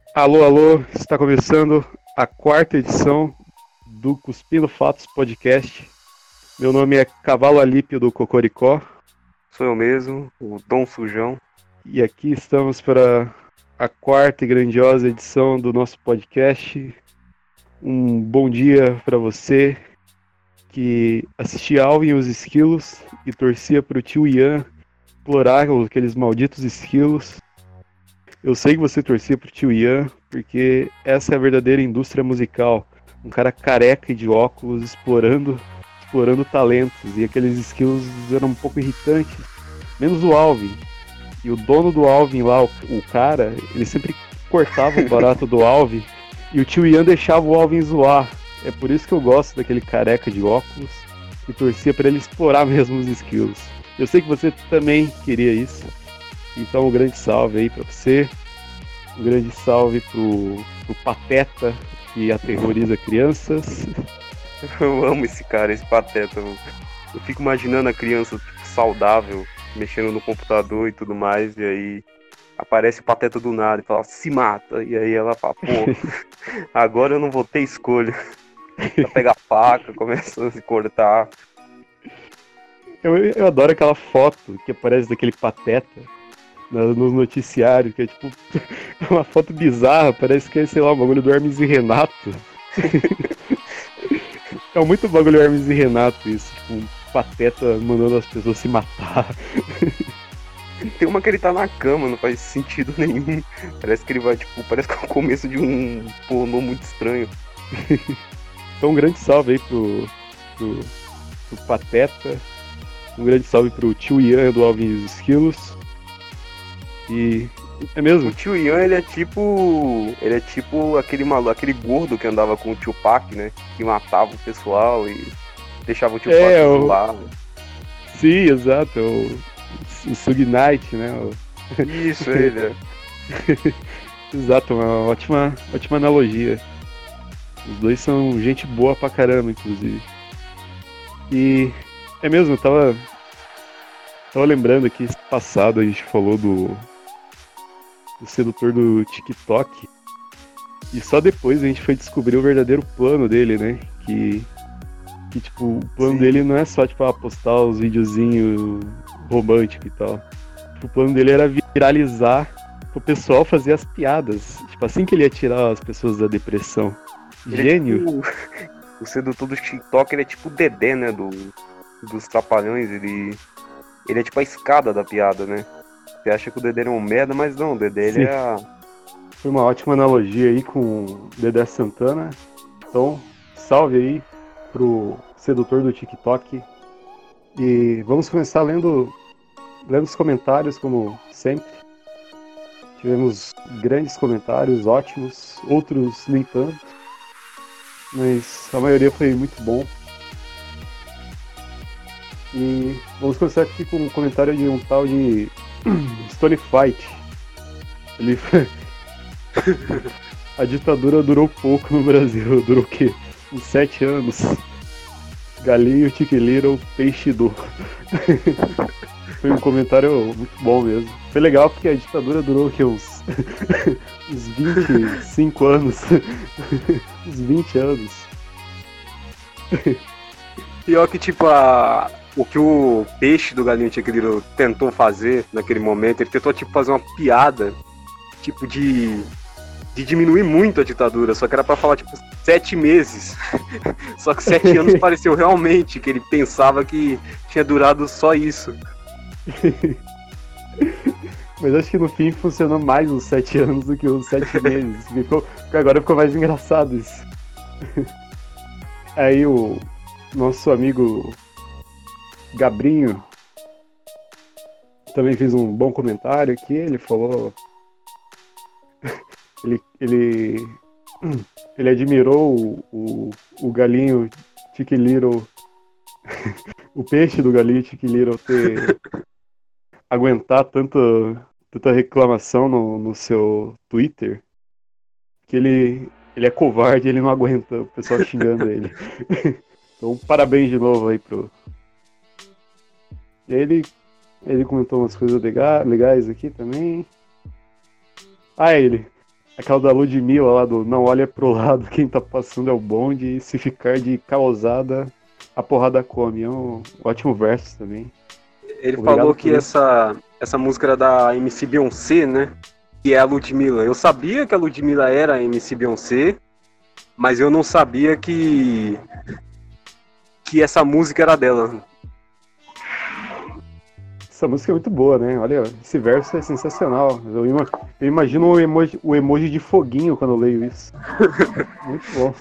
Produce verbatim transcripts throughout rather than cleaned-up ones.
Alô, alô, está começando a quarta edição do Cuspindo Fatos Podcast. Meu nome é Cavalo Alípio do Cocoricó. Sou eu mesmo, o Dom Sujão. E aqui estamos para a quarta e grandiosa edição do nosso podcast. Um bom dia para você que assistia Alvin e os Esquilos e torcia para o tio Ian explorar aqueles malditos esquilos. Eu sei que você torcia pro tio Ian, porque essa é a verdadeira indústria musical. Um cara careca e de óculos explorando, explorando talentos. E aqueles skills eram um pouco irritantes. Menos o Alvin. E o dono do Alvin lá, o, o cara, ele sempre cortava o barato do Alvin. E o tio Ian deixava o Alvin zoar. É por isso que eu gosto daquele careca de óculos. E torcia para ele explorar mesmo os skills. Eu sei que você também queria isso. Então, um grande salve aí pra você. Um grande salve pro, pro Pateta, que aterroriza crianças. Eu amo esse cara, esse pateta. Eu, eu fico imaginando a criança tipo, saudável, mexendo no computador e tudo mais, e aí aparece o pateta do nada e fala, se mata. E aí ela fala, pô, agora eu não vou ter escolha. Ela pega a faca, começa a se cortar. Eu, eu adoro aquela foto que aparece daquele Pateta nos no noticiários, que é tipo uma foto bizarra, parece que é, sei lá, um bagulho do Hermes e Renato. É muito bagulho Hermes e Renato isso, tipo, um Pateta mandando as pessoas se matar. Tem uma que ele tá na cama, não faz sentido nenhum. Parece que ele vai, tipo, parece que é o começo de um pornô muito estranho. Então um grande salve aí pro, pro, pro Pateta. Um grande salve pro tio Ian do Alvin e os Esquilos. E é mesmo? O tio Ian, ele é tipo. Ele é tipo aquele maluco, aquele gordo que andava com o tio Pac, né? Que matava o pessoal e deixava o tio Pac É, o... zoar. sim, exato. é O, o Sug Knight, né? O... Isso, ele. é. Exato, uma ótima, ótima analogia. Os dois são gente boa pra caramba, inclusive. E é mesmo, eu tava, tava lembrando aqui, passado a gente falou do, do sedutor do TikTok. E só depois a gente foi descobrir o verdadeiro plano dele, né? Que, que tipo, o plano Sim. dele não é só, tipo, ah, postar os videozinhos românticos e tal. Tipo, o plano dele era viralizar pro pessoal fazer as piadas. Tipo, assim que ele ia tirar as pessoas da depressão. Ele é Gênio. tipo. O sedutor do TikTok, ele é tipo o Dedé, né? Do, dos Trapalhões. Ele. Ele é tipo a escada da piada, né? Você acha que o Dedé é um merda, mas não, o Dedé ele Sim. é a. Foi uma ótima analogia aí com o Dedé Santana. Então, salve aí pro sedutor do TikTok. E vamos começar lendo, lendo os comentários, como sempre. Tivemos grandes comentários, ótimos, outros nem tanto. Mas a maioria foi muito bom. E vamos começar aqui com um comentário de um tal de Stone Fight. Ele A ditadura durou pouco no Brasil, durou o quê? Uns sete anos. Galinho, Tiki Little, Peixe do. Foi um comentário muito bom mesmo. Foi legal porque a ditadura durou o quê? Uns, uns vinte e cinco anos. Uns vinte anos. Pior que, tipo, a... o que o peixe do Galinho Tigreiro tentou fazer naquele momento, ele tentou, tipo, fazer uma piada, tipo, de, de diminuir muito a ditadura, só que era pra falar, tipo, sete meses. Só que sete anos pareceu realmente que ele pensava que tinha durado só isso. Mas acho que no fim funcionou mais uns sete anos do que os sete meses. Ficou, agora ficou mais engraçado isso. Aí o nosso amigo Gabrinho também fez um bom comentário aqui. Ele falou. Ele, ele, ele admirou o, o, o galinho Tiki Little, o peixe do galinho Tiki Little ter aguentar tanta, tanta reclamação no, no seu Twitter, que ele, ele é covarde, ele não aguenta o pessoal xingando ele. Então, parabéns de novo aí pro. E aí ele, ele comentou umas coisas legais aqui também. Ah, ele. aquela da Ludmilla lá do não olha pro lado, quem tá passando é o bonde, e se ficar de causada, a porrada come. É um ótimo verso também. Ele Obrigado falou por que isso. essa, essa música era da M C Beyoncé, né? Que é a Ludmilla. Eu sabia que a Ludmilla era a M C Beyoncé, mas eu não sabia que, que essa música era dela. Essa música é muito boa, né? Olha, esse verso é sensacional. Eu, ima- eu imagino o emoji, o emoji de foguinho quando eu leio isso. Muito bom.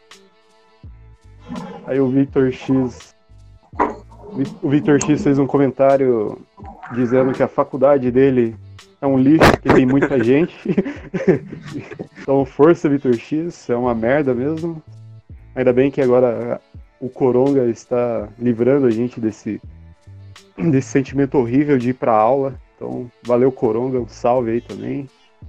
Aí o Victor X. O Victor X fez um comentário dizendo que a faculdade dele é um lixo, que tem muita gente. Então, força, Victor X, é uma merda mesmo. Ainda bem que agora o Coronga está livrando a gente desse, desse sentimento horrível de ir pra aula. Então, valeu, Coronga, um salve aí também.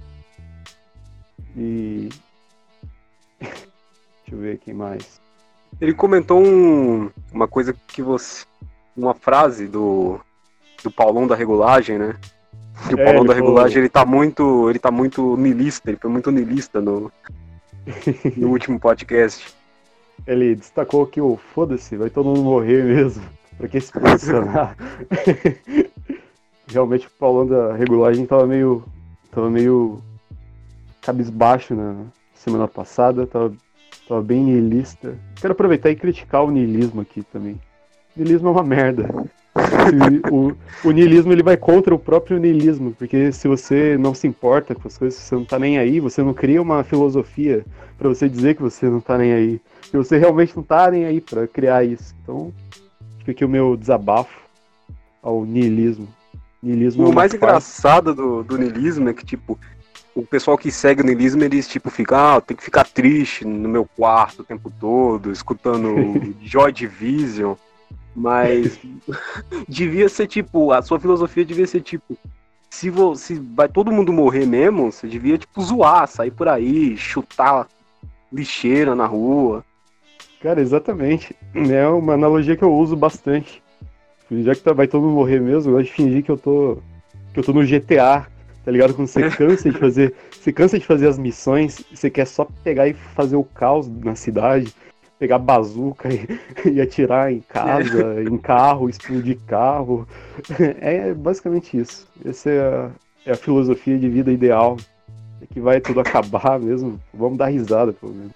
E. Deixa eu ver quem mais. Ele comentou um, uma coisa que você. Uma frase do, do Paulão da Regulagem, né? Que o É, Paulão ele da falou- Regulagem ele tá muito. Ele tá muito niilista, ele foi muito niilista no, no último podcast. Ele destacou que o foda-se, vai todo mundo morrer mesmo. Pra que se posicionar? Realmente o Paulão da Regulagem tava meio. Tava meio. cabisbaixo na semana passada, tava, tava bem niilista. Quero aproveitar e criticar o niilismo aqui também. O niilismo é uma merda. Se o, o niilismo ele vai contra o próprio niilismo, porque se você não se importa com as coisas, você não tá nem aí, você não cria uma filosofia pra você dizer que você não tá nem aí. E você realmente não tá nem aí pra criar isso. Então, fica aqui o meu desabafo ao niilismo. Niilismo é O uma mais farsa. engraçado do, do niilismo é que, tipo, o pessoal que segue o niilismo, eles, tipo, ficam, ah, eu tenho que ficar triste no meu quarto o tempo todo, escutando Joy Division, mas devia ser, tipo, a sua filosofia devia ser, tipo, se, vo, se vai todo mundo morrer mesmo, você devia, tipo, zoar, sair por aí, chutar lixeira na rua. Cara, exatamente. É uma analogia que eu uso bastante. Já que tá- vai todo mundo morrer mesmo, eu gosto de fingir que eu tô. que eu tô no G T A, tá ligado? Quando você cansa de fazer. Você cansa de fazer as missões, você quer só pegar e fazer o caos na cidade, pegar bazuca e, e atirar em casa, em carro, explodir carro. É basicamente isso. Essa é a, é a filosofia de vida ideal. É que vai tudo acabar mesmo. Vamos dar risada, pelo menos.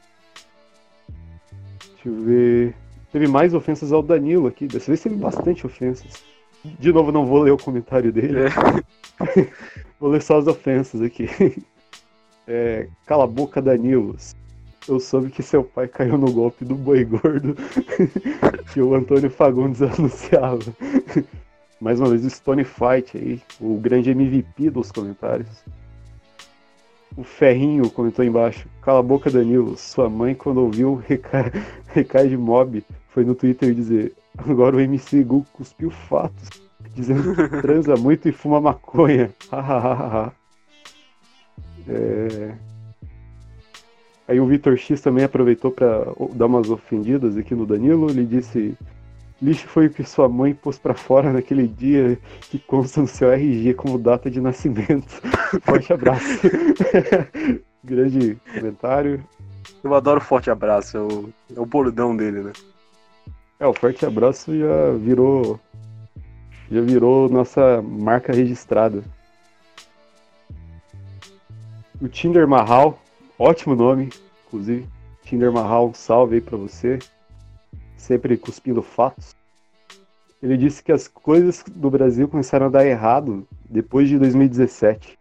Deixa eu ver. Teve mais ofensas ao Danilo aqui. Dessa vez teve bastante ofensas. De novo, não vou ler o comentário dele. É. Vou ler só as ofensas aqui. É, cala a boca, Danilos. Eu soube que seu pai caiu no golpe do boi gordo que o Antônio Fagundes anunciava. Mais uma vez o Stone Fight aí, o grande M V P dos comentários. O Ferrinho comentou embaixo: cala a boca, Danilo. Sua mãe, quando ouviu recai, recai de mob, foi no Twitter dizer: agora o M C Gu cuspiu fatos, dizendo que transa muito e fuma maconha. é... Aí o Vitor X também aproveitou para dar umas ofendidas aqui no Danilo. Ele disse: lixo foi o que sua mãe pôs pra fora naquele dia que consta no seu R G como data de nascimento. Forte abraço. Grande comentário. Eu adoro o forte abraço, é o, é o bordão dele, né? É, o forte abraço já virou. Já virou nossa marca registrada. O Tinder Mahal, ótimo nome, inclusive. Tinder Mahal, um salve aí pra você. Sempre cuspindo fatos. Ele disse que as coisas do Brasil começaram a dar errado depois de dois mil e dezessete.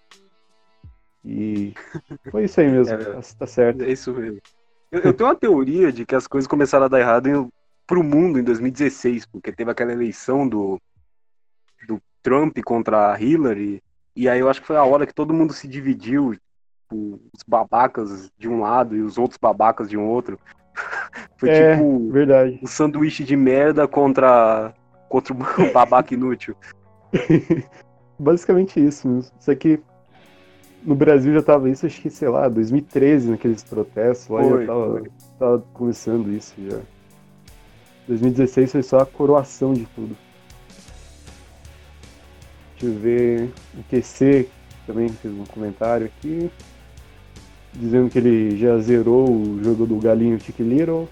E foi isso aí mesmo, É, tá, tá certo. É isso mesmo. Eu, eu tenho uma teoria de que as coisas começaram a dar errado em, pro mundo em dois mil e dezesseis, porque teve aquela eleição do, do Trump contra a Hillary, e aí eu acho que foi a hora que todo mundo se dividiu, tipo, os babacas de um lado e os outros babacas de um outro. Foi É, tipo verdade. um sanduíche de merda contra, contra o babaca inútil. Basicamente isso mesmo. Isso aqui no Brasil já tava isso, acho que, sei lá, dois mil e treze, naqueles protestos lá, Foi, já tava, foi. tava começando isso já. dois mil e dezesseis foi só a coroação de tudo. Deixa eu ver. O Q C também fez um comentário aqui. dizendo que ele já zerou o jogo do Galinho Chicken Little.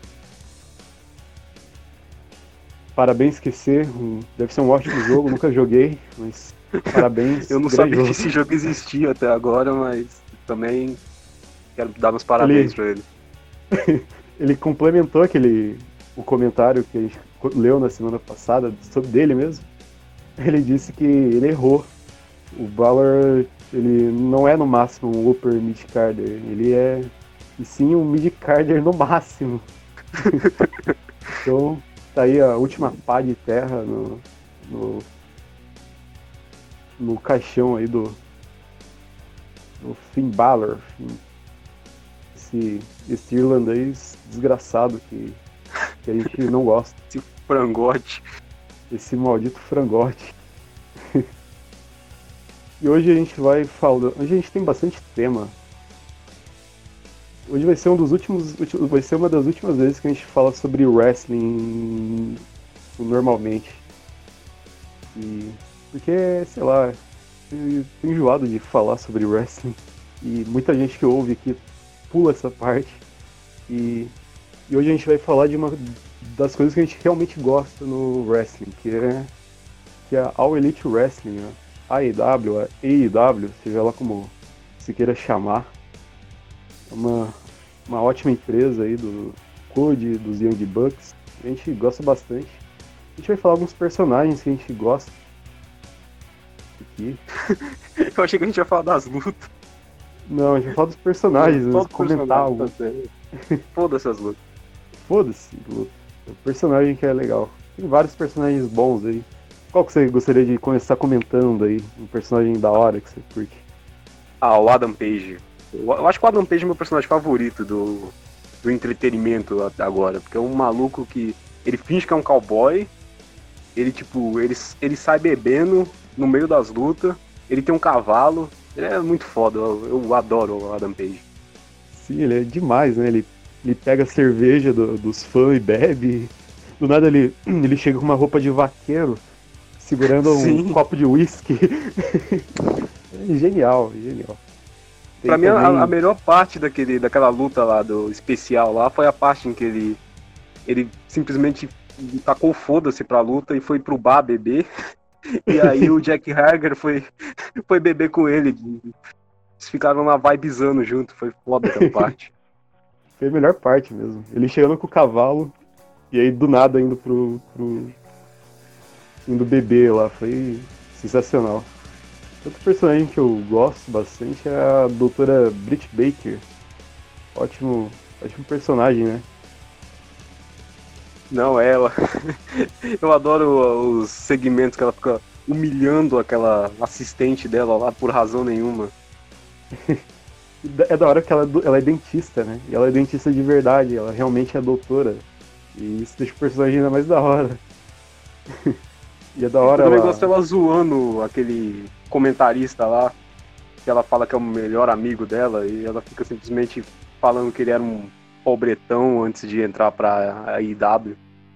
Parabéns, esquecer. Deve ser um ótimo jogo, nunca joguei, mas parabéns. Eu não sabia que esse jogo existia até agora, mas também quero dar meus parabéns ele, pra ele. Ele complementou aquele o comentário que a gente leu na semana passada sobre dele mesmo. Ele disse que ele errou. O Balor, ele não é no máximo um upper mid-carder, ele é e sim um mid-carder no máximo. Então tá aí a última pá de terra no, no, no caixão aí do, do Finn Balor. Esse, esse irlandês desgraçado que, que a gente não gosta. Esse frangote. Esse maldito frangote. E hoje a gente vai falar. Hoje a gente tem bastante tema. Hoje vai ser um dos últimos. Vai ser uma das últimas vezes que a gente fala sobre wrestling normalmente. E, porque, sei lá, eu tô enjoado de falar sobre wrestling. E muita gente que ouve aqui pula essa parte. E, e hoje a gente vai falar de uma das coisas que a gente realmente gosta no wrestling, que é, que é a All Elite Wrestling, né? A E W, a E W, seja lá como se queira chamar. É uma, uma ótima empresa aí do Code, dos Young Bucks. A gente gosta bastante. A gente vai falar alguns personagens que a gente gosta. Aqui. Eu achei que a gente ia falar das lutas. Não, a gente vai falar dos personagens, vamos comentar algo. Foda-se as lutas. Foda-se, luta. O personagem que é legal. Tem vários personagens bons aí. Qual que você gostaria de começar comentando aí? Um personagem da hora que você curte? Ah, o Adam Page. Eu acho que o Adam Page é meu personagem favorito do, do entretenimento até agora. Porque é um maluco que... Ele finge que é um cowboy. Ele, tipo, ele, ele sai bebendo no meio das lutas. Ele tem um cavalo. Ele é muito foda. Eu, eu adoro o Adam Page. Sim, ele é demais, né? Ele, ele pega a cerveja do, dos fãs e bebe. Do nada ele, ele chega com uma roupa de vaqueiro, segurando Sim. um copo de uísque. Genial, genial. Tem pra mim, também... a, a melhor parte daquele, daquela luta lá, do especial lá, foi a parte em que ele, ele simplesmente tacou foda-se pra luta e foi pro bar beber. E aí o Jack Hager foi, foi beber com ele. Eles ficaram lá vibezando junto, foi foda aquela parte. Foi a melhor parte mesmo. Ele chegando com o cavalo e aí do nada indo pro... pro... indo beber lá, foi sensacional. Outro personagem que eu gosto bastante é a doutora Britt Baker. Ótimo, ótimo personagem, né? Não, ela. Eu adoro os segmentos que ela fica humilhando aquela assistente dela lá por razão nenhuma. É da hora que ela, ela é dentista, né? E ela é dentista de verdade, ela realmente é doutora. E isso deixa o personagem ainda mais da hora. E é da hora. Eu também ela... gosto dela zoando aquele comentarista lá, que ela fala que é o melhor amigo dela, e ela fica simplesmente falando que ele era um pobretão antes de entrar pra a I W.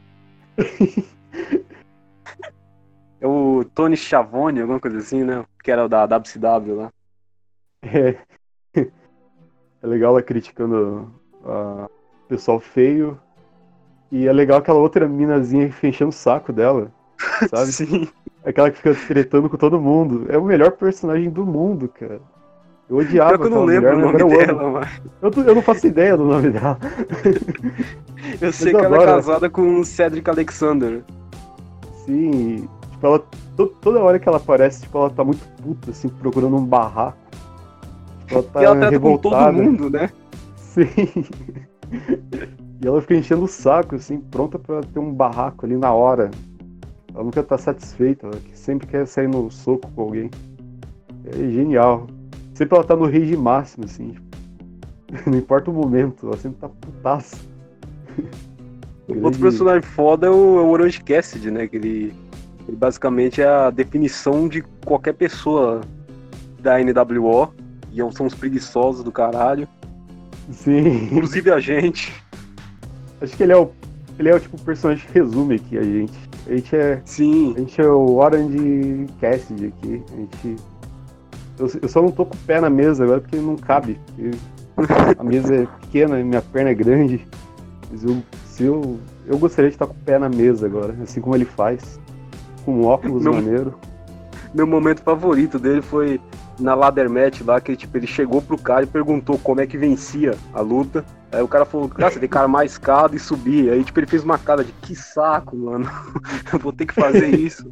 É o Tony Schiavone, alguma coisa assim, né? Que era o da W C W lá. É. É legal ela criticando o pessoal feio. E é legal aquela outra minazinha que fica enchendo o saco dela, sabe? Sim. Aquela que fica tretando com todo mundo. É o melhor personagem do mundo, cara. Eu odiava Pior que eu não aquela lembro mulher, o nome mas dela, eu, mas... eu, tô, eu não faço ideia do nome dela. Eu sei eu que ela adoro. é casada com o Cedric Alexander. Sim, tipo, ela, to, toda hora que ela aparece, tipo, ela tá muito puta, assim, procurando um barraco. Tipo, ela tá E ela trata com revoltada. todo mundo, né? Sim. E ela fica enchendo o saco, assim, pronta pra ter um barraco ali na hora. Ela nunca tá satisfeita, ela sempre quer sair no soco com alguém. É genial. Sempre ela tá no rage máximo, assim. Tipo, não importa o momento, ela sempre tá putaça. Outro personagem foda é o, é o Orange Cassidy, né? Que ele, ele basicamente é a definição de qualquer pessoa da N W O. E são os preguiçosos do caralho. Sim. Inclusive a gente. Acho que ele é o, ele é o tipo personagem que resume aqui a gente. A gente é, Sim. a gente é o Orange Cassidy aqui. A gente, eu, eu só não tô com o pé na mesa agora porque não cabe. Porque A mesa é pequena, minha perna é grande. Mas eu, se eu, eu gostaria de estar com o pé na mesa agora, assim como ele faz. Com um óculos Meu- maneiro. Meu momento favorito dele foi na ladder match lá, que tipo, ele chegou pro cara e perguntou como é que vencia a luta. Aí o cara falou, cara, você tem que armar a escada e subir. Aí tipo, ele fez uma cara de que saco, mano. Eu vou ter que fazer isso.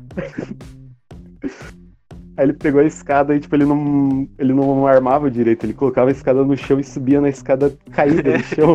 Aí ele pegou a escada e, tipo, ele não, ele não armava direito, ele colocava a escada no chão e subia na escada caída no chão.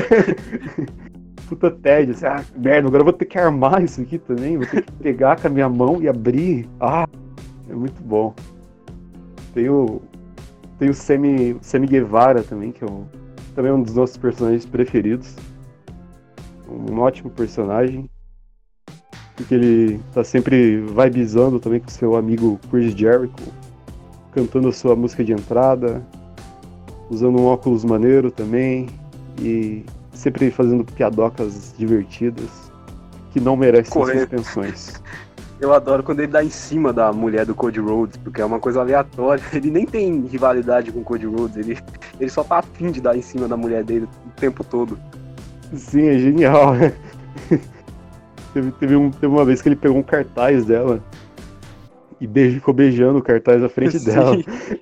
Puta tédio, assim, ah, merda, agora eu vou ter que armar isso aqui também, vou ter que pegar com a minha mão e abrir. Ah, é muito bom. Tem o, tem o Sammy, Sammy Guevara também, que é um, também é um dos nossos personagens preferidos. Um ótimo personagem. Porque ele tá sempre vibezando também com seu amigo Chris Jericho, cantando a sua música de entrada, usando um óculos maneiro também, e sempre fazendo piadocas divertidas, que não merecem Correto. suspensões. Eu adoro quando ele dá em cima da mulher do Cody Rhodes, porque é uma coisa aleatória. Ele nem tem rivalidade com o Cody Rhodes, ele, ele só tá afim de dar em cima da mulher dele o tempo todo. Sim, é genial, né? Teve, teve, um, teve uma vez que ele pegou um cartaz dela e beij, ficou beijando o cartaz à frente Sim. dela.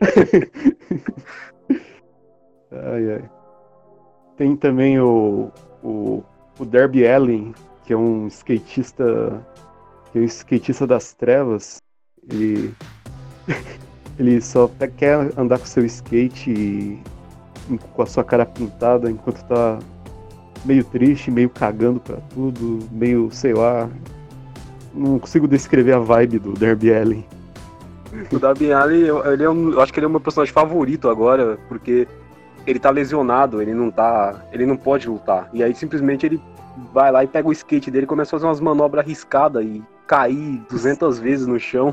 Ai, ai. Tem também o, o, o Darby Allin, que é um skatista, que é um skatista das trevas. Ele, ele só quer andar com seu skate e, com a sua cara pintada enquanto tá meio triste, meio cagando pra tudo, meio, sei lá. Não consigo descrever a vibe do Darby Allin. O Darby Allin, eu- ele é um, eu acho que ele é o meu personagem favorito agora, porque ele tá lesionado, ele não tá, ele não pode lutar. E aí simplesmente ele vai lá e pega o skate dele e começa a fazer umas manobras arriscadas e cair duzentas vezes no chão.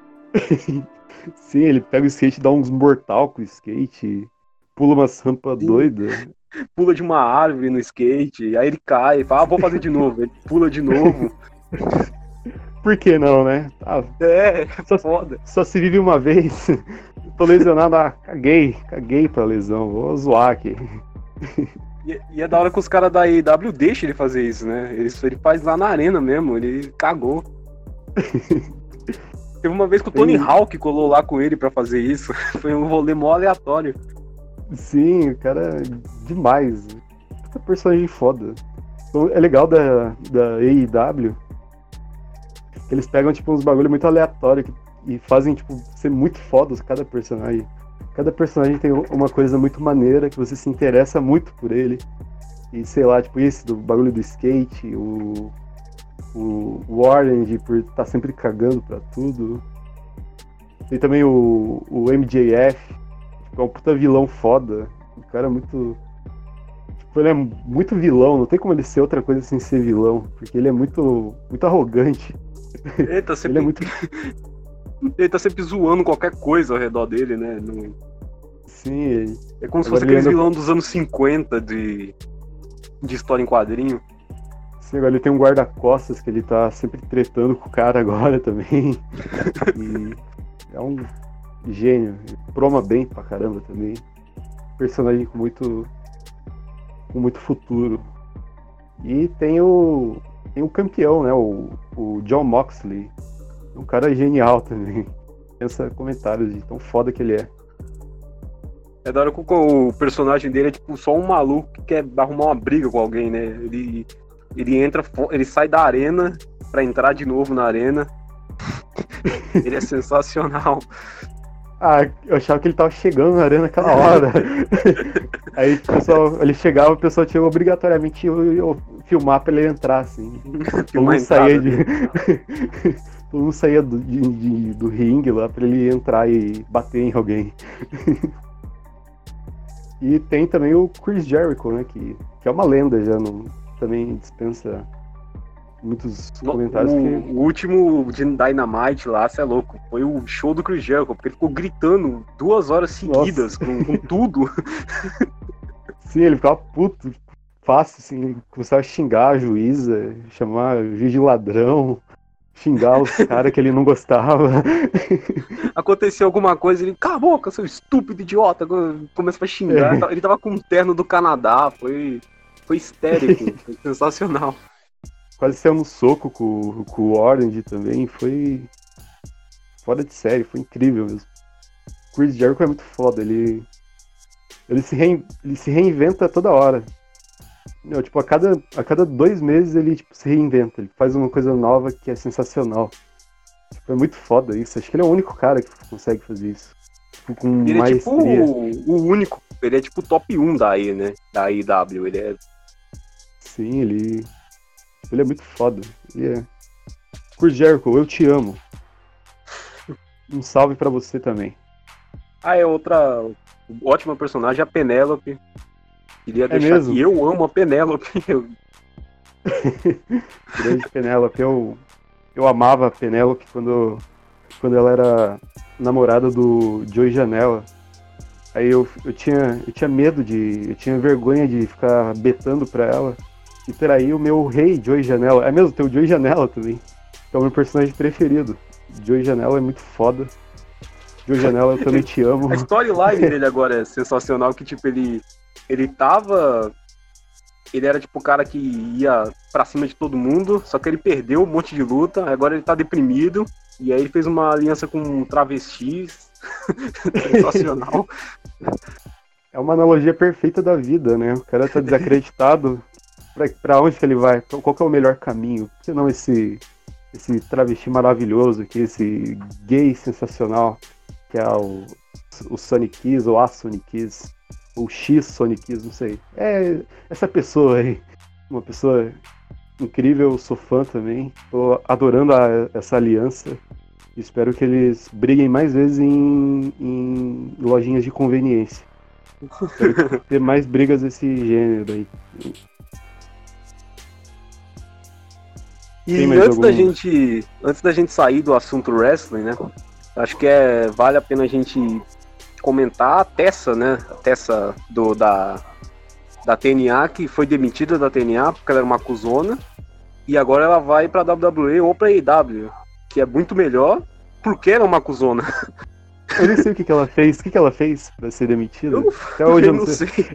Sim, ele pega o skate, dá uns mortal com o skate, pula umas rampas Sim. doidas. Pula de uma árvore no skate, aí ele cai, fala, ah, vou fazer de novo. Ele pula de novo. Por que não, né? Ah, É, só, foda. só se vive uma vez. Tô lesionado, ah, caguei, caguei pra lesão, vou zoar aqui. E, e é da hora que os caras da A E W deixam ele fazer isso, né? Ele, ele faz lá na arena mesmo, ele cagou. Teve uma vez que o Tony Tem- Hawk colou lá com ele pra fazer isso. Foi um rolê mó aleatório. Sim, o cara é demais. Puta personagem foda. Então, é legal da, da A E W que eles pegam tipo uns bagulho muito aleatório que- e fazem tipo ser muito fodas cada personagem. Cada personagem tem uma coisa muito maneira que você se interessa muito por ele. E sei lá, tipo esse do bagulho do skate, o o, o Orange por estar sempre cagando pra tudo. Tem também o, o M J F, tipo, é um puta vilão foda. O cara é muito. Tipo, ele é muito vilão, não tem como ele ser outra coisa sem ser vilão, porque ele é muito, muito arrogante. Ele tá sempre, Ele é muito. ele tá sempre zoando qualquer coisa ao redor dele, né? Não- Sim, ele... É como se Agora fosse ele aqueles anda- vilão dos anos cinquenta de, de história em quadrinho. Sim, agora ele tem um guarda-costas que ele tá sempre tretando com o cara agora também. E é um gênio. Ele proma bem pra caramba também. Personagem com muito. com muito futuro. E tem o. tem o campeão, né? O, o John Moxley. Um cara genial também. Pensa comentários de tão foda que ele é. É da hora que o o personagem dele é tipo só um maluco que quer arrumar uma briga com alguém, né? Ele, ele entra, fo- ele sai da arena pra entrar de novo na arena. Ele é sensacional. Ah, eu achava que ele tava chegando na arena naquela hora. Aí o pessoal, ele chegava, o pessoal tinha obrigatoriamente eu, eu filmar pra ele entrar, assim. Todo Filmar a mundo saía entrada de. Todo mundo saía do, de- de- do ringue lá pra ele entrar e bater em alguém. E tem também o Chris Jericho, né? Que, que é uma lenda já, não, também dispensa muitos No- comentários. o, Que, o último de Dynamite lá, cê é louco. Foi o show do Chris Jericho, porque ele ficou gritando duas horas seguidas com, com tudo. sim, ele ficava puto, fácil, assim, ele começava a xingar a juíza, chamar a juiz de ladrão, xingar os caras que ele não gostava. Aconteceu alguma coisa, ele, cala a boca, seu estúpido idiota, começou a xingar. É. Ele tava com um terno do Canadá, foi, foi histérico, foi sensacional. Quase saiu no soco com, com o Orange também, foi fora de série, foi incrível mesmo. Chris Jericho é muito foda, ele, ele, se, rein, ele se reinventa toda hora. Não, tipo, a cada, a cada dois meses ele tipo, se reinventa, ele faz uma coisa nova que é sensacional. Tipo, é muito foda isso, acho que ele é o único cara que consegue fazer isso. Tipo, com Ele é tipo maestria. o, o único, ele é tipo o top um da aí, né? Da A E W, ele é... Sim, ele, ele é muito foda. Ele é... Chris Jericho, eu te amo. Um salve pra você também. Ah, é outra ótima personagem, a Penélope. Queria deixar mesmo? que eu amo a Penélope. Eu- Grande Penélope. Eu, eu amava a Penélope quando, quando ela era namorada do Joey Janela. Aí eu, eu, tinha, eu tinha medo de. Eu tinha vergonha de ficar betando pra ela e trair o meu rei, Joey Janela. É mesmo, tem o Joey Janela também, que é o meu personagem preferido. Joey Janela é muito foda. Joey Janela, eu também te amo. A storyline dele agora é sensacional, que tipo, ele, ele tava... Ele era tipo o cara que ia pra cima de todo mundo, só que ele perdeu um monte de luta, agora ele tá deprimido, e aí ele fez uma aliança com travestis. Sensacional. É uma analogia perfeita da vida, né? O cara tá desacreditado. Pra, pra onde que ele vai? Qual que é o melhor caminho? Por que não esse, esse travesti maravilhoso aqui, esse gay sensacional, que é o, o Sonic Kiss, ou a Sonic Kiss, ou X Sonic Kiss, não sei. É essa pessoa aí. Uma pessoa incrível, sou fã também. Tô adorando a, essa aliança. Espero que eles briguem mais vezes em, em lojinhas de conveniência. Espero ter mais brigas desse gênero aí. E Tem mais antes algum- da gente, antes da gente sair do assunto wrestling, né? Acho que é, vale a pena a gente comentar a Tessa, né? A Tessa do, da, da T N A, que foi demitida da T N A porque ela era uma cuzona. E agora ela vai pra W W E ou pra A E W, que é muito melhor porque ela é uma cuzona. Eu nem sei o que, que ela fez. O que, que ela fez pra ser demitida? Eu não, Até hoje eu eu não não sei. sei.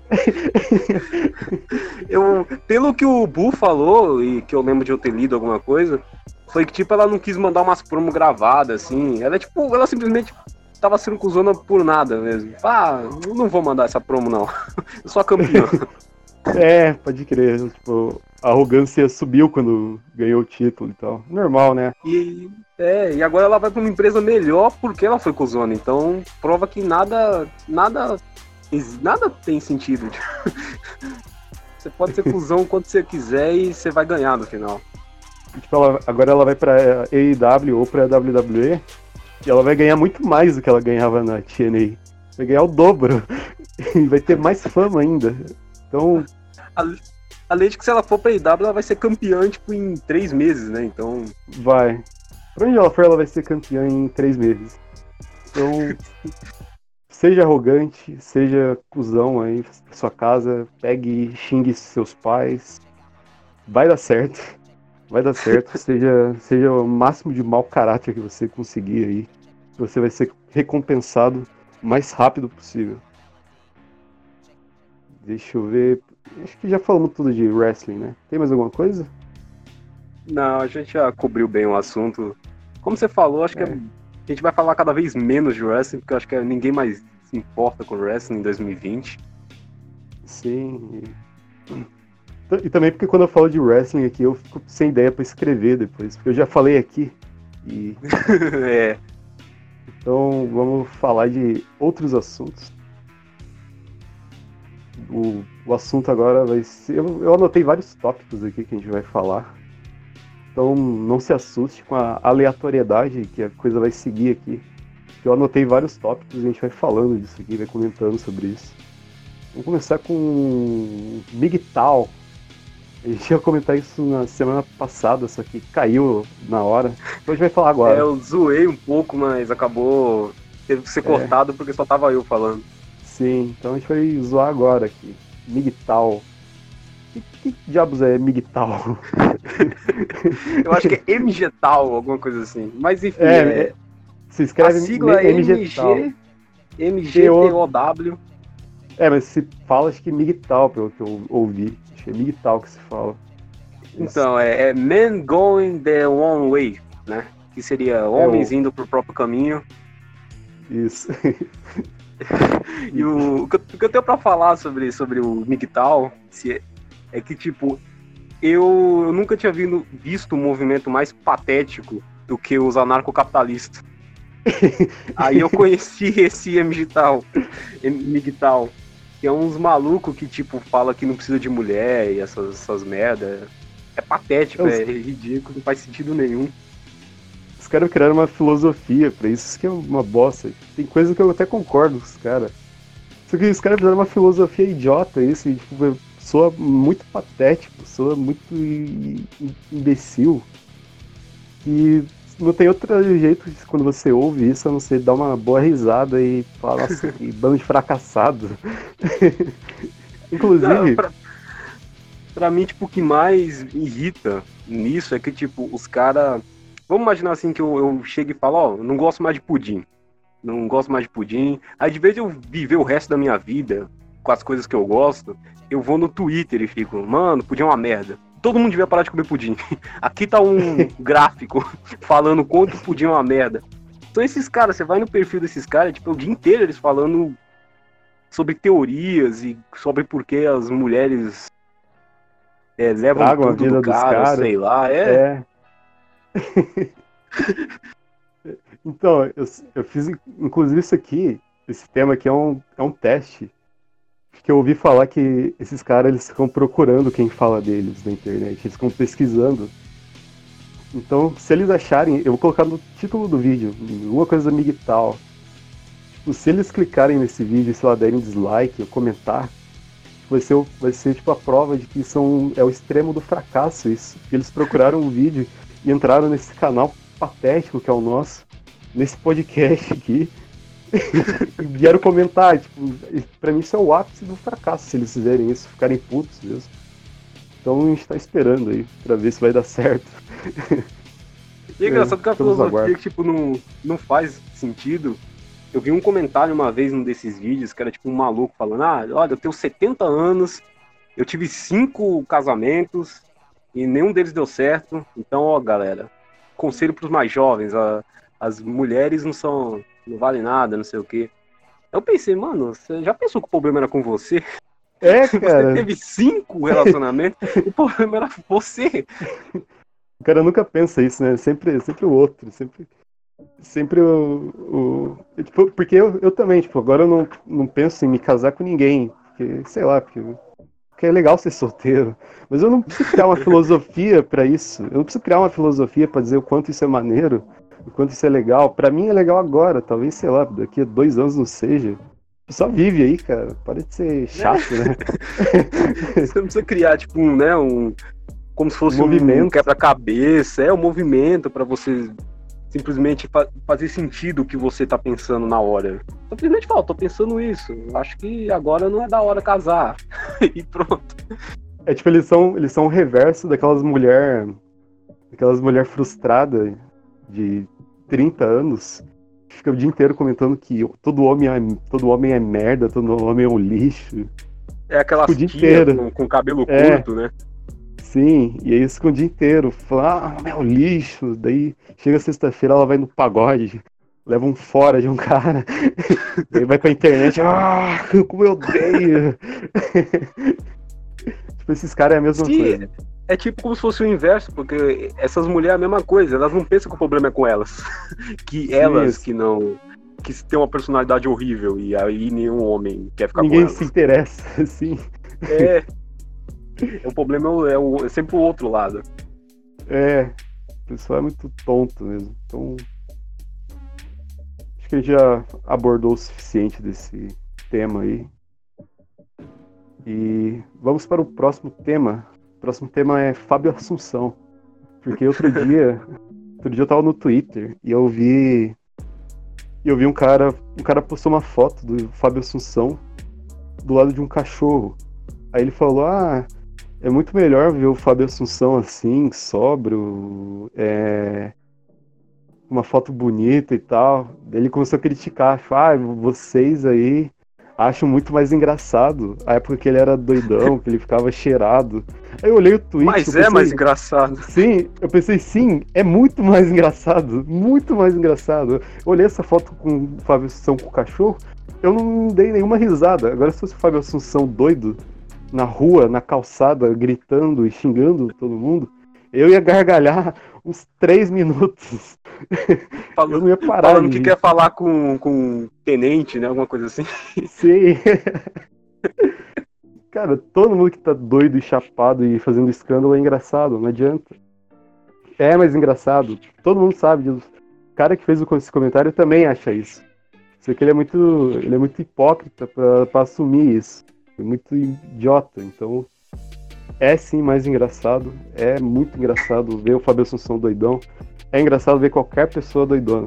Eu, pelo que o Bu falou, e que eu lembro de eu ter lido alguma coisa, foi que, tipo, ela não quis mandar umas promo gravadas, assim. Ela, tipo, ela simplesmente tava sendo cuzona por nada mesmo. Ah, eu não vou mandar essa promo, não. Eu sou a campeã. É, pode crer. Tipo, a arrogância subiu quando ganhou o título e tal. Normal, né? E, é, e agora ela vai pra uma empresa melhor porque ela foi cuzona. Então, prova que nada, nada, nada tem sentido. Você pode ser cuzão quando você quiser e você vai ganhar no final. Tipo, ela- agora ela vai pra A E W ou pra W W E e ela vai ganhar muito mais do que ela ganhava na T N A. Vai ganhar o dobro. E vai ter mais fama ainda. Então, Além de que se ela for pra A E W, ela vai ser campeã, tipo, em três meses, né? Então, vai. Pra onde ela for, ela vai ser campeã em três meses. Então, seja arrogante, seja cuzão aí na sua casa, pegue e xingue seus pais. Vai dar certo. Vai dar certo. seja, seja o máximo de mau caráter que você conseguir aí. Você vai ser recompensado o mais rápido possível. Deixa eu ver. Acho que já falamos tudo de wrestling, né? Tem mais alguma coisa? não, a gente já cobriu bem o assunto. Como você falou, acho que É. a gente vai falar cada vez menos de wrestling, porque eu acho que ninguém mais se importa com wrestling em dois mil e vinte. Sim. E... e também porque quando eu falo de wrestling aqui, eu fico sem ideia pra escrever depois. Porque eu já falei aqui. E... É, Então vamos falar de outros assuntos. O, o assunto agora vai ser. Eu, eu anotei vários tópicos aqui que a gente vai falar. Então não se assuste com a aleatoriedade que a coisa vai seguir aqui. Eu anotei vários tópicos e a gente vai falando disso aqui, vai comentando sobre isso. Vamos começar com M G T O W. A gente ia comentar isso na semana passada, só que caiu na hora. Então a gente vai falar agora. é, eu zoei um pouco, mas acabou. Teve que ser cortado porque só tava eu falando. Sim, então a gente vai zoar agora aqui. M G T O W. Que, que diabos é migtal? Eu acho que é mgetal, alguma coisa assim. Mas enfim, É, é... é, se escreve a sigla é mgetal. M G, M G T O W. É, mas se fala, acho que migtal, pelo que eu ouvi. Acho que é migtal que se fala. Então, é, é Men Going the One Way, né? Que seria homens é o... indo pro próprio caminho. Isso. E o, o, que eu, o que eu tenho pra falar sobre, sobre o migtal se é, é que, tipo, eu, eu nunca tinha vindo, visto um movimento mais patético do que os anarcocapitalistas. Aí eu conheci esse migtal, migtal, que é uns malucos que, tipo, fala que não precisa de mulher e essas, essas merda. É patético, é, é ridículo, não faz sentido nenhum. Os caras criaram uma filosofia pra isso, isso que é uma bosta. Tem coisa que eu até concordo com os caras. Só que os caras fizeram uma filosofia idiota, isso, e tipo, soa muito patético, soa muito imbecil. E não tem outro jeito de, quando você ouve isso, a não ser dar uma boa risada e falar, nossa, que bando de fracassado. Inclusive... Não, pra, pra mim, tipo, o que mais irrita nisso é que, tipo, os caras... Vamos imaginar assim que eu, eu chego e falo, ó, oh, não gosto mais de pudim. Não gosto mais de pudim. Aí de vez de eu viver o resto da minha vida com as coisas que eu gosto, eu vou no Twitter e fico, mano, pudim é uma merda. Todo mundo devia parar de comer pudim. Aqui tá um gráfico falando quanto pudim é uma merda. Então esses caras, você vai no perfil desses caras, tipo, o dia inteiro eles falando sobre teorias e sobre por que as mulheres é, levam Tragam tudo a vida do dos cara, caras. sei lá, é... é. Então, eu, eu fiz, inclusive isso aqui, esse tema aqui é um, é um teste, que eu ouvi falar que esses caras, eles ficam procurando quem fala deles na internet, eles ficam pesquisando. Então, se eles acharem, eu vou colocar no título do vídeo, alguma coisa da migtal. Tipo, se eles clicarem nesse vídeo e, sei lá, derem dislike ou comentar, vai ser, vai ser tipo a prova de que são, é o extremo do fracasso isso. Porque eles procuraram o vídeo e entraram nesse canal patético que é o nosso, nesse podcast aqui, e vieram comentar, tipo, pra mim isso é o ápice do fracasso, se eles fizerem isso, ficarem putos mesmo. Então a gente tá esperando aí, pra ver se vai dar certo. E é engraçado que a filosofia, tipo, não, não faz sentido. Eu vi um comentário uma vez num desses vídeos, que era tipo um maluco falando, ah, olha, eu tenho setenta anos, eu tive cinco casamentos, e nenhum deles deu certo, então, ó, galera, conselho pros mais jovens, a, as mulheres não são, não valem nada, não sei o quê. Eu pensei, mano, você já pensou que o problema era com você? É, cara. Você teve cinco relacionamentos, o problema era você. O cara nunca pensa isso, né? Sempre, sempre o outro, sempre, sempre o... o... Tipo, porque eu, eu também, tipo, agora eu não, não penso em me casar com ninguém, porque, sei lá, porque... Porque é legal ser solteiro. Mas eu não preciso criar uma filosofia pra isso. Eu não preciso criar uma filosofia pra dizer o quanto isso é maneiro, o quanto isso é legal. Pra mim é legal agora, talvez, sei lá, daqui a dois anos não seja. Só vive aí, cara. Para de ser chato, né? Você não precisa criar, tipo, um, né, um... Como se fosse um, movimento. um quebra-cabeça. É um movimento pra você simplesmente fa- fazer sentido o que você tá pensando na hora. Simplesmente fala, tô pensando isso. Acho que agora não é da hora casar. E pronto. É tipo, eles são, eles são o reverso daquelas mulher, daquelas mulher frustrada de trinta anos, que fica o dia inteiro comentando que todo homem é, todo homem é merda, todo homem é um lixo. É aquelas tipo, o dia tia inteiro. com, com cabelo É. curto, né? Sim, e aí isso com o dia inteiro, fala, ah, é um lixo, daí chega sexta-feira, ela vai no pagode, leva um fora de um cara, daí vai pra internet, ah, como eu odeio. Tipo, esses caras é a mesma Sim, coisa. é tipo como se fosse o inverso, porque essas mulheres é a mesma coisa, elas não pensam que o problema é com elas. Que Sim, elas isso. que não... que têm uma personalidade horrível e aí nenhum homem quer ficar Ninguém com elas. se interessa, assim. É... O problema é, o, é, o, é sempre o outro lado. É, o pessoal é muito tonto mesmo. Então, acho que a gente já abordou o suficiente desse tema aí. E vamos para o próximo tema. O próximo tema é Fábio Assunção. Porque outro dia, outro dia eu tava no Twitter e eu vi, eu vi um cara, um cara postou uma foto do Fábio Assunção do lado de um cachorro. Aí ele falou, ah, é muito melhor ver o Fábio Assunção assim, sóbrio, é, uma foto bonita e tal. Ele começou a criticar, ah, vocês aí acham muito mais engraçado a época que ele era doidão, que ele ficava cheirado. Aí eu olhei o tweet. Mas pensei, é mais engraçado. Sim, eu pensei, sim, é muito mais engraçado, muito mais engraçado. Eu olhei essa foto com o Fábio Assunção com o cachorro, eu não dei nenhuma risada. Agora se fosse o Fábio Assunção doido, na rua, na calçada, gritando e xingando todo mundo, eu ia gargalhar uns três minutos. Falando, eu não ia parar. Falando que quer falar com, com o tenente, né? Alguma coisa assim. Sim. Cara, todo mundo que tá doido e chapado e fazendo escândalo é engraçado, não adianta. É mais engraçado. Todo mundo sabe disso. O cara que fez esse comentário também acha isso. Só que ele é muito, ele é muito hipócrita pra, pra assumir isso. É muito idiota, então é sim mais engraçado, é muito engraçado ver o Fábio Assunção doidão, é engraçado ver qualquer pessoa doidona.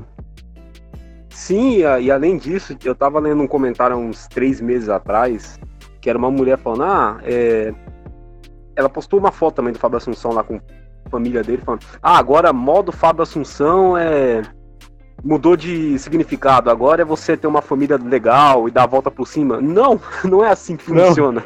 Sim, e além disso, eu tava lendo um comentário há uns três meses atrás, que era uma mulher falando, ah, é... ela postou uma foto também do Fábio Assunção lá com a família dele, falando, ah, agora modo Fábio Assunção é... mudou de significado, agora é você ter uma família legal e dar a volta por cima. Não, não é assim que funciona.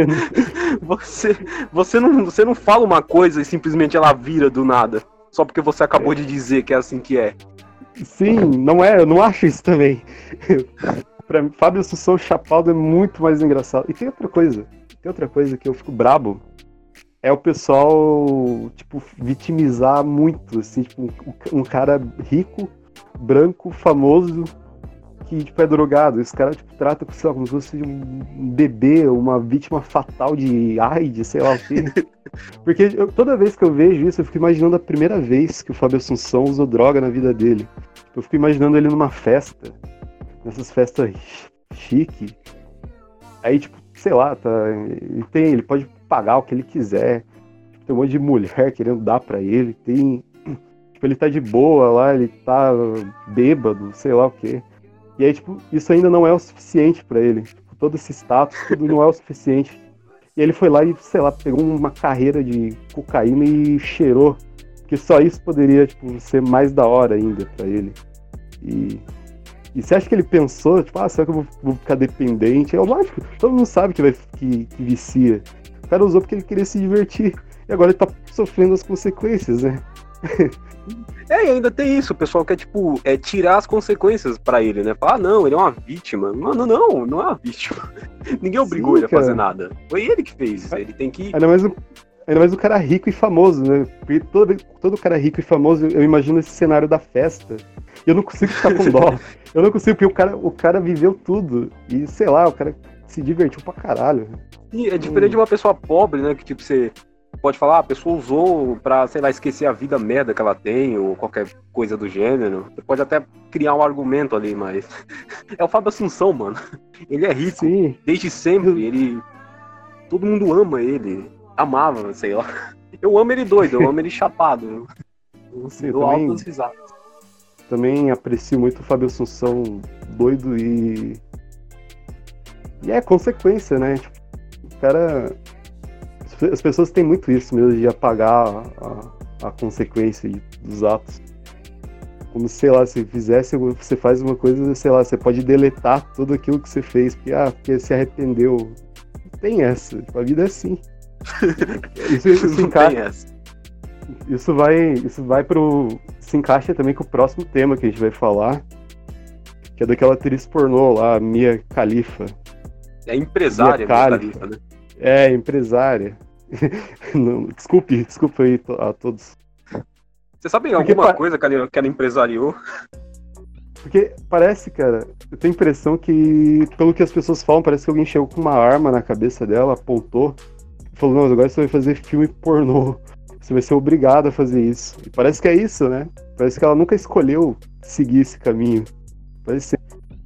você, você, não, você não fala uma coisa e simplesmente ela vira do nada, só porque você acabou de dizer que é assim que é. Sim, não é, eu não acho isso também. Pra mim, Fábio Assunção chapado é muito mais engraçado. E tem outra coisa, tem outra coisa que eu fico brabo, é o pessoal, tipo, vitimizar muito, assim, tipo, um, um cara rico, branco, famoso, que tipo, é drogado. Esse cara tipo, trata sei lá, como se fosse um bebê, uma vítima fatal de AIDS, sei lá o quê. Porque eu, toda vez que eu vejo isso, eu fico imaginando a primeira vez que o Fábio Assunção usou droga na vida dele. Eu fico imaginando ele numa festa, nessas festas chique. Aí, tipo, sei lá, tá, ele, tem, ele pode pagar o que ele quiser. Tem um monte de mulher querendo dar pra ele. Tem... ele tá de boa lá, ele tá bêbado, sei lá o quê. E aí, tipo, isso ainda não é o suficiente pra ele. Tipo, todo esse status, tudo não é o suficiente. E ele foi lá e, sei lá, pegou uma carreira de cocaína e cheirou. Porque só isso poderia, tipo, ser mais da hora ainda pra ele. E, e você acha que ele pensou, tipo, ah, será que eu vou, vou ficar dependente? É lógico, todo mundo sabe que, vai, que, que vicia. O cara usou porque ele queria se divertir. E agora ele tá sofrendo as consequências, né? É, e ainda tem isso, o pessoal quer, tipo, é, tirar as consequências pra ele, né? Falar, ah, não, ele é uma vítima. Mano, não, não é uma vítima. Ninguém obrigou Sim, ele a fazer nada. Foi ele que fez, ele tem que... Ainda mais, um, ainda mais um cara rico e famoso, né? Porque todo, todo cara rico e famoso, eu imagino esse cenário da festa. E eu não consigo ficar com dó. Eu não consigo, porque o cara, o cara viveu tudo. E, sei lá, o cara se divertiu pra caralho. E é diferente hum. de uma pessoa pobre, né? Que, tipo, você... pode falar, ah, a pessoa usou pra, sei lá, esquecer a vida merda que ela tem, ou qualquer coisa do gênero. Você pode até criar um argumento ali, mas... é o Fábio Assunção, mano. Ele é rico, Sim. Desde sempre, ele... todo mundo ama ele, amava, sei lá. Eu amo ele doido, eu amo ele chapado. Eu Sim, dou também, altas risadas. Também aprecio muito o Fábio Assunção doido e... E é consequência, né? Tipo, o cara... As pessoas têm muito isso mesmo, de apagar a, a consequência dos atos. Como, sei lá, se fizesse, você faz uma coisa, sei lá, você pode deletar tudo aquilo que você fez, porque, ah, porque se arrependeu. Não tem essa, a vida é assim. Isso, isso, Não encaixa, tem essa. Isso vai, isso vai pro... se encaixa também com o próximo tema que a gente vai falar, que é daquela atriz pornô lá, Mia Khalifa. É empresária, Mia Khalifa, né? É, empresária. Não, desculpe, desculpe aí a todos. Você sabe alguma Porque, coisa que ela, que ela empresariou? Porque parece, cara, eu tenho a impressão que, pelo que as pessoas falam, parece que alguém chegou com uma arma na cabeça dela, apontou, e falou, não, agora você vai fazer filme pornô. Você vai ser obrigado a fazer isso. E parece que é isso, né? Parece que ela nunca escolheu seguir esse caminho. Parece ser...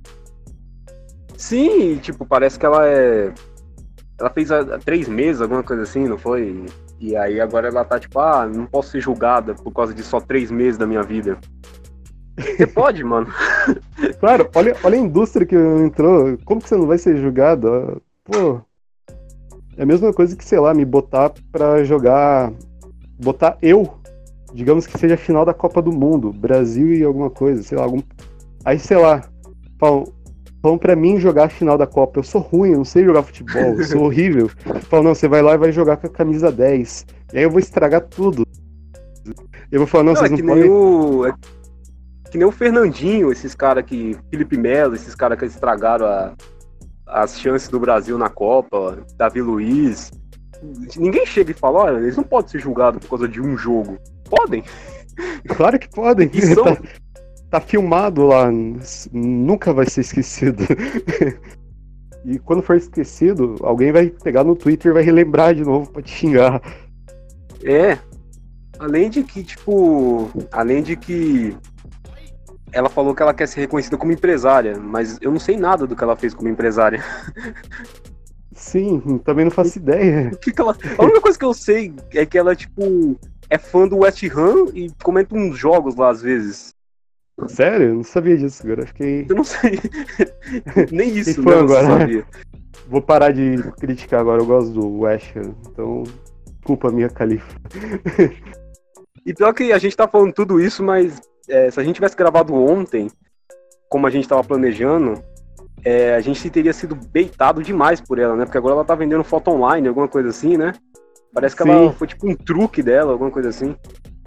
Sim, tipo, parece que ela é... Ela fez há três meses, alguma coisa assim, não foi? E aí agora ela tá tipo, ah, não posso ser julgada por causa de só três meses da minha vida. Você pode, mano. Claro, olha, olha a indústria que entrou. Como que você não vai ser julgado? Pô, É a mesma coisa que, sei lá, me botar pra jogar. Botar eu, digamos que seja a final da Copa do Mundo, Brasil e alguma coisa, sei lá, algum. Aí, sei lá, falam, falam pra mim jogar a final da Copa. Eu sou ruim, eu não sei jogar futebol, eu sou horrível. Falam, não, você vai lá e vai jogar com a camisa dez. E aí eu vou estragar tudo. Eu vou falar, não, Não, vocês é não que podem. nem o. É que nem o Fernandinho, esses caras que. Felipe Melo, esses caras que estragaram a, as chances do Brasil na Copa, Davi Luiz. Ninguém chega e fala, olha, eles não podem ser julgados por causa de um jogo. Podem? Claro que podem. E são... tá, tá filmado lá, nunca vai ser esquecido. E quando for esquecido, alguém vai pegar no Twitter e vai relembrar de novo pra te xingar. É. Além de que, tipo. Além de que. Ela falou que ela quer ser reconhecida como empresária, mas eu não sei nada do que ela fez como empresária. Sim, também não faço ideia. O que que ela... A única coisa que eu sei é que ela, tipo, é fã do West Ham e comenta uns jogos lá às vezes. Sério? Eu não sabia disso, agora eu fiquei. Eu não sei. Nem isso, Fiquei né? fã Você agora. sabia. Vou parar de criticar agora, eu gosto do West Ham, então. Culpa minha, Califa. E pior que a gente tá falando tudo isso, mas é, se a gente tivesse gravado ontem, como a gente tava planejando, é, a gente teria sido beitado demais por ela, né? Porque agora ela tá vendendo foto online, alguma coisa assim, né? Parece que Sim. ela foi tipo um truque dela, alguma coisa assim.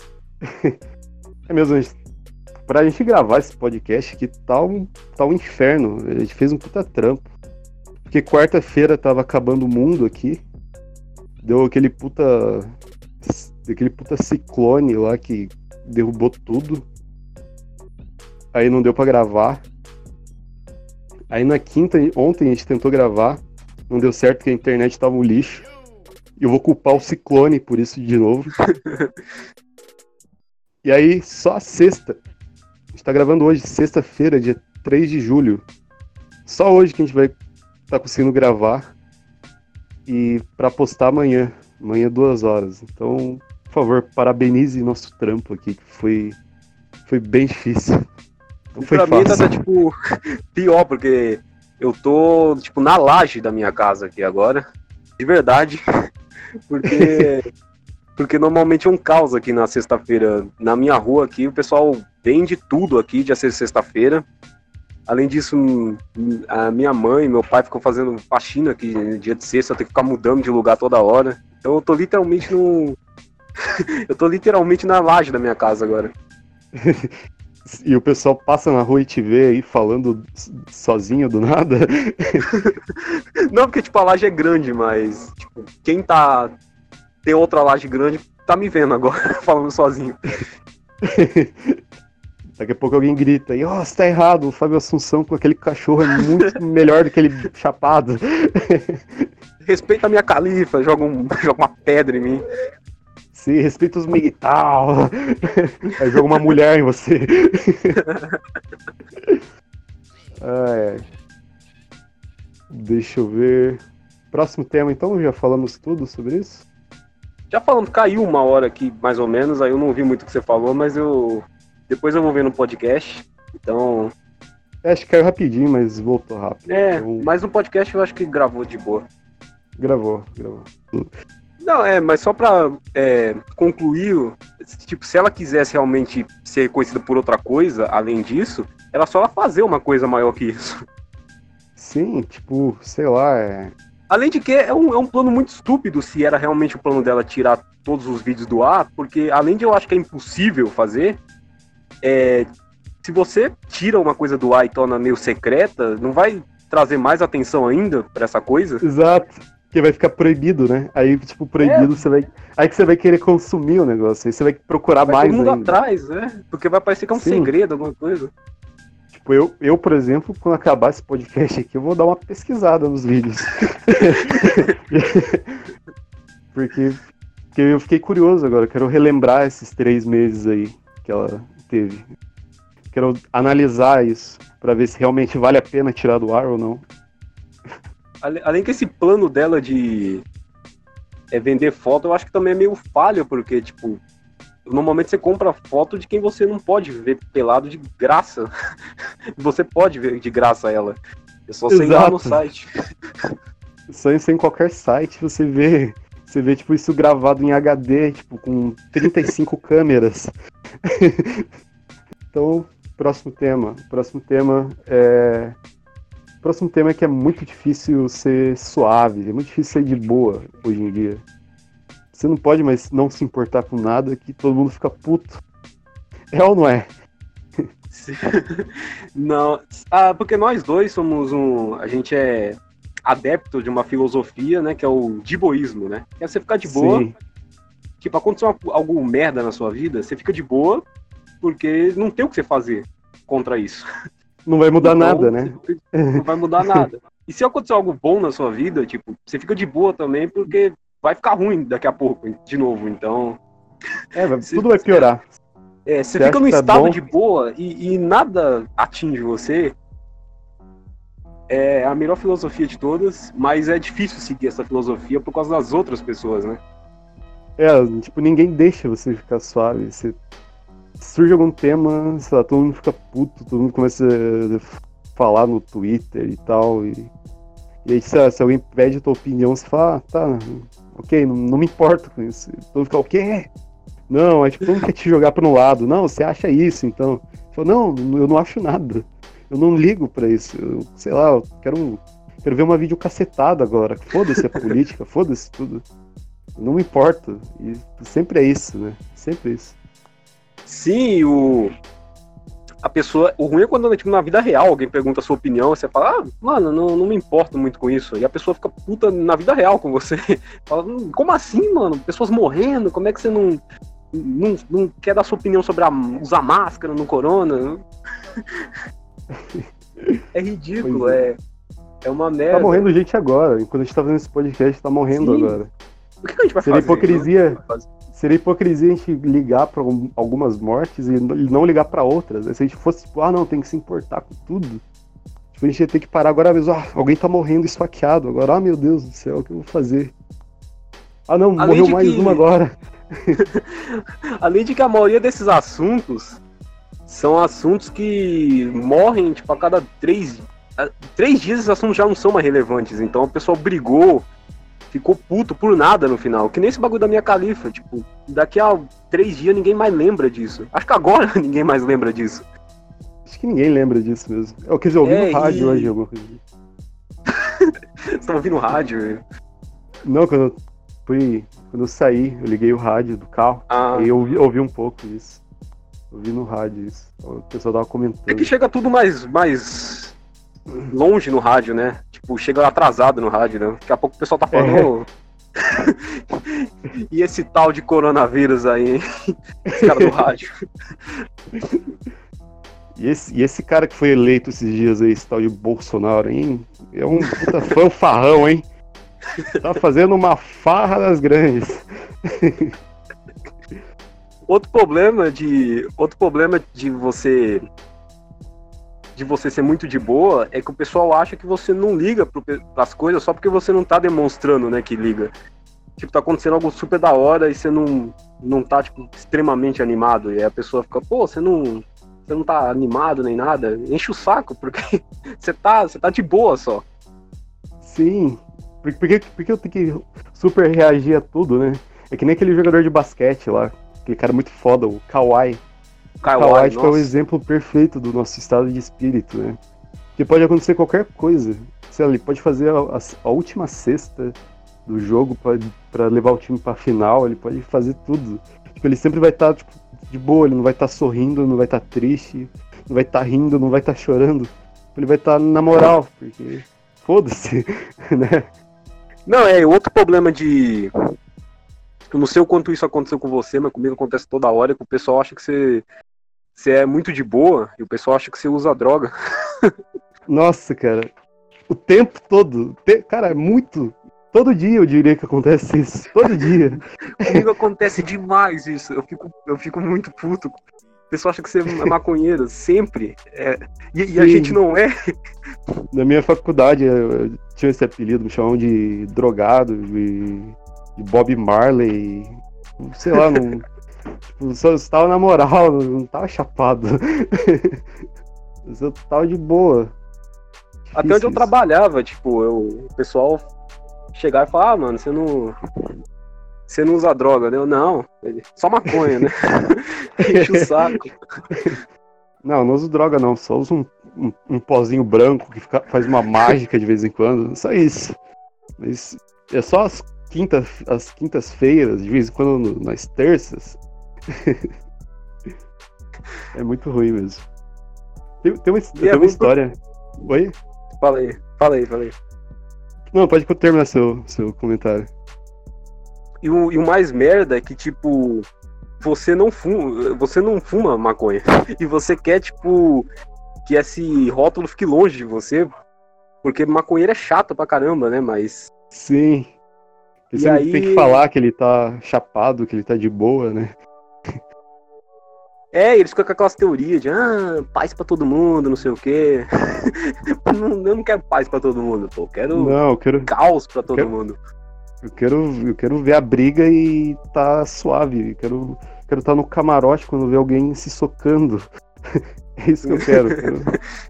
É mesmo, a gente, pra gente gravar esse podcast aqui, tá um, tá um inferno. A gente fez um puta trampo. Porque quarta-feira tava acabando o mundo aqui. Deu aquele puta. Aquele puta ciclone lá que derrubou tudo. Aí não deu pra gravar. Aí na quinta, ontem a gente tentou gravar. Não deu certo porque a internet tava um lixo. E eu vou culpar o ciclone por isso de novo. E aí, só a sexta. A gente tá gravando hoje, sexta-feira, dia três de julho. Só hoje que a gente vai tá conseguindo gravar. E pra postar amanhã. Amanhã, duas horas. Então, por favor, parabenize nosso trampo aqui, que foi, foi bem difícil. Não foi pra fácil. mim tá, tá, tipo, pior, porque eu tô, tipo, na laje da minha casa aqui agora. De verdade. Porque... Porque normalmente é um caos aqui na sexta-feira. Na minha rua aqui, o pessoal vende tudo aqui, dia sexta-feira. Além disso, a minha mãe e meu pai ficam fazendo faxina aqui dia de sexta, eu tenho que ficar mudando de lugar toda hora. Então eu tô literalmente no... eu tô literalmente na laje da minha casa agora. E o pessoal passa na rua e te vê aí falando sozinho do nada? Não, porque tipo, a laje é grande, mas tipo, quem tá... tem outra laje grande, tá me vendo agora, falando sozinho. Daqui a pouco alguém grita aí, ó, oh, você tá errado, o Fábio Assunção com aquele cachorro é muito melhor do que ele chapado. Respeita a minha califa, joga, um, joga uma pedra em mim. Sim, respeita os militar. Aí joga uma mulher em você. Ai, ai. Deixa eu ver. Próximo tema, então, já falamos tudo sobre isso? Já falando, caiu uma hora aqui, mais ou menos, aí eu não ouvi muito o que você falou, mas eu... Depois eu vou ver no podcast, então... É, acho que caiu rapidinho, mas voltou rápido. É, então... mas no podcast eu acho que gravou de boa. Gravou, gravou. Não, é, mas só pra é, concluir, tipo, se ela quisesse realmente ser reconhecida por outra coisa, além disso, era só ela fazer uma coisa maior que isso. Sim, tipo, sei lá, é... Além de que é um, é um plano muito estúpido se era realmente o plano dela tirar todos os vídeos do ar, porque além de eu acho que é impossível fazer, é, se você tira uma coisa do ar e torna meio secreta, não vai trazer mais atenção ainda pra essa coisa? Exato, porque vai ficar proibido, né? Aí, tipo, proibido, é. você vai... Aí que você vai querer consumir o negócio, aí você vai procurar vai mais todo mundo ainda. atrás, né? Porque vai parecer que é um Sim. segredo, alguma coisa. Tipo, eu, eu, por exemplo, quando acabar esse podcast aqui, eu vou dar uma pesquisada nos vídeos. porque, porque eu fiquei curioso agora, eu quero relembrar esses três meses aí que ela teve. Quero analisar isso, pra ver se realmente vale a pena tirar do ar ou não. Além que esse plano dela de é, vender foto, eu acho que também é meio falho, porque, tipo, normalmente você compra foto de quem você não pode ver pelado de graça. Você pode ver de graça ela. É só você ir lá no site. só em qualquer site você vê, você vê tipo, isso gravado em H D, tipo, com trinta e cinco câmeras. Então, próximo tema. Próximo tema é. Próximo tema é que é muito difícil ser suave, é muito difícil ser de boa hoje em dia. Você não pode mais não se importar com nada, que todo mundo fica puto. É ou não é? Não, ah, porque nós dois somos um. A gente é adepto de uma filosofia, né? Que é o diboísmo, né? Que é você ficar de boa. Sim. Tipo, aconteceu uma, algo merda na sua vida, você fica de boa, porque não tem o que você fazer contra isso. Não vai mudar então, nada, né? Fica, não vai mudar nada. E se acontecer algo bom na sua vida, tipo, você fica de boa também, porque vai ficar ruim daqui a pouco, de novo. Então. É, vai, você, tudo vai piorar. É, você, você Você fica no tá estado bom? de boa e, e nada atinge você. É a melhor filosofia de todas, mas é difícil seguir essa filosofia por causa das outras pessoas, né? É, tipo, ninguém deixa você ficar suave. Você... Surge algum tema, sei lá, todo mundo fica puto, todo mundo começa a falar no Twitter e tal. E, e aí, sei lá, se alguém pede a tua opinião, você fala, ah, tá, ok, não, não me importo com isso. Todo mundo fica, o quê? Não, é tipo, todo mundo quer te jogar para um lado. Não, você acha isso, então. Eu falo, não, eu não acho nada. Eu não ligo pra isso. Eu, sei lá, eu quero, quero ver uma vídeo cacetada agora. Foda-se a política, foda-se tudo. Eu não me importo. E sempre é isso, né? Sempre é isso. Sim, o... a pessoa... O ruim é quando, tipo, na vida real alguém pergunta a sua opinião, você fala, ah, mano, não, não me importo muito com isso. E a pessoa fica puta na vida real com você. Fala, como assim, mano? Pessoas morrendo, como é que você não... Não, não quer dar sua opinião sobre a, usar máscara no corona? É ridículo, é. é, é uma merda. Tá morrendo gente agora. Enquanto a gente tá fazendo esse podcast, tá morrendo Sim. agora. O que a gente vai seria fazer? Hipocrisia, seria hipocrisia a gente ligar pra algumas mortes e não ligar pra outras. Se a gente fosse tipo, ah não, tem que se importar com tudo. Tipo, a gente ia ter que parar agora mesmo. Ah, alguém tá morrendo esfaqueado. Agora, ah meu Deus do céu, o que eu vou fazer? Ah não, Além morreu mais que... uma agora. Além de que a maioria desses assuntos são assuntos que morrem, tipo, a cada três, três dias esses assuntos já não são mais relevantes. Então o pessoal brigou, ficou puto por nada no final. Que nem esse bagulho da Mia Khalifa. Tipo, daqui a três dias ninguém mais lembra disso. Acho que agora ninguém mais lembra didisso. Acho que ninguém lembra disso mesmo. Eu, quer dizer, eu ouvi é, no rádio e... hoje alguma coisa. Você tá ouvindo rádio? Não, quando eu fui... Quando eu saí, eu liguei o rádio do carro. Ah. Aí eu ouvi, ouvi um pouco isso. Ouvi no rádio isso. O pessoal tava comentando. É que chega tudo mais, mais longe no rádio, né? Tipo, chega atrasado no rádio, né? Daqui a pouco o pessoal tá falando. É. E esse tal de coronavírus aí, hein? Esse cara do rádio. E esse, e esse cara que foi eleito esses dias aí, esse tal de Bolsonaro, hein? É um puta fanfarrão, hein? Tá fazendo uma farra das grandes. Outro problema de outro problema de você de você ser muito de boa é que o pessoal acha que você não liga pro, pras coisas só porque você não tá demonstrando, né, que liga. Tipo, tá acontecendo algo super da hora e você não, não tá, tipo, extremamente animado. E aí a pessoa fica, pô, você não, você não tá animado nem nada. Enche o saco, porque você tá, você tá de boa só. Sim. Por, por, que, por que eu tenho que super reagir a tudo, né? É que nem aquele jogador de basquete lá. Aquele cara muito foda, o Kawhi. O Kawhi, Kawhi tipo, é o exemplo perfeito do nosso estado de espírito, né? Porque pode acontecer qualquer coisa. Sei lá, ele pode fazer a, a, a última cesta do jogo pra, pra levar o time pra final, ele pode fazer tudo. Tipo, ele sempre vai estar tá, tipo, de boa, ele não vai estar tá sorrindo, não vai estar tá triste, não vai estar tá rindo, não vai estar tá chorando. Ele vai estar tá na moral, porque foda-se, né? Não, é outro problema de... Eu não sei o quanto isso aconteceu com você, mas comigo acontece toda hora, que o pessoal acha que você, você é muito de boa e o pessoal acha que você usa droga. Nossa, cara. O tempo todo. Te... Cara, é muito... Todo dia eu diria que acontece isso. Todo dia. Comigo acontece demais isso. Eu fico, eu fico muito puto. O pessoal acha que você é maconheiro, sempre. É... E, e a gente não é. Na minha faculdade eu tinha esse apelido, me chamavam de drogado, de, de Bob Marley. Sei lá, não. Tipo, só estava na moral, não tava chapado. Eu tava de boa. Até onde eu trabalhava, tipo, eu, o pessoal chegar e falar, ah, mano, você não. Você não usa droga, né? Eu, não, só maconha, né? Enche o saco. Não, não uso droga não, só uso um, um, um pozinho branco que fica, faz uma mágica de vez em quando, só isso. Mas é só as quintas, as quintas-feiras, de vez em quando nas terças. É muito ruim mesmo. Tem, tem uma, tem é uma história. Por... Oi? Fala aí, fala aí, fala aí. Não, pode terminar seu, seu comentário. E o, e o mais merda é que, tipo, você não fuma, você não fuma maconha. E você quer, tipo, que esse rótulo fique longe de você. Porque maconheiro é chato pra caramba, né? Mas. Sim. E você aí... tem que falar que ele tá chapado, que ele tá de boa, né? É, eles ficam com aquelas teorias de ah, paz pra todo mundo, não sei o quê. Eu não quero paz pra todo mundo, pô. Eu quero, não, eu quero caos pra todo quero... mundo. Eu quero, eu quero ver a briga e tá suave. Eu quero quero estar no camarote quando ver alguém se socando. É isso que eu quero. quero...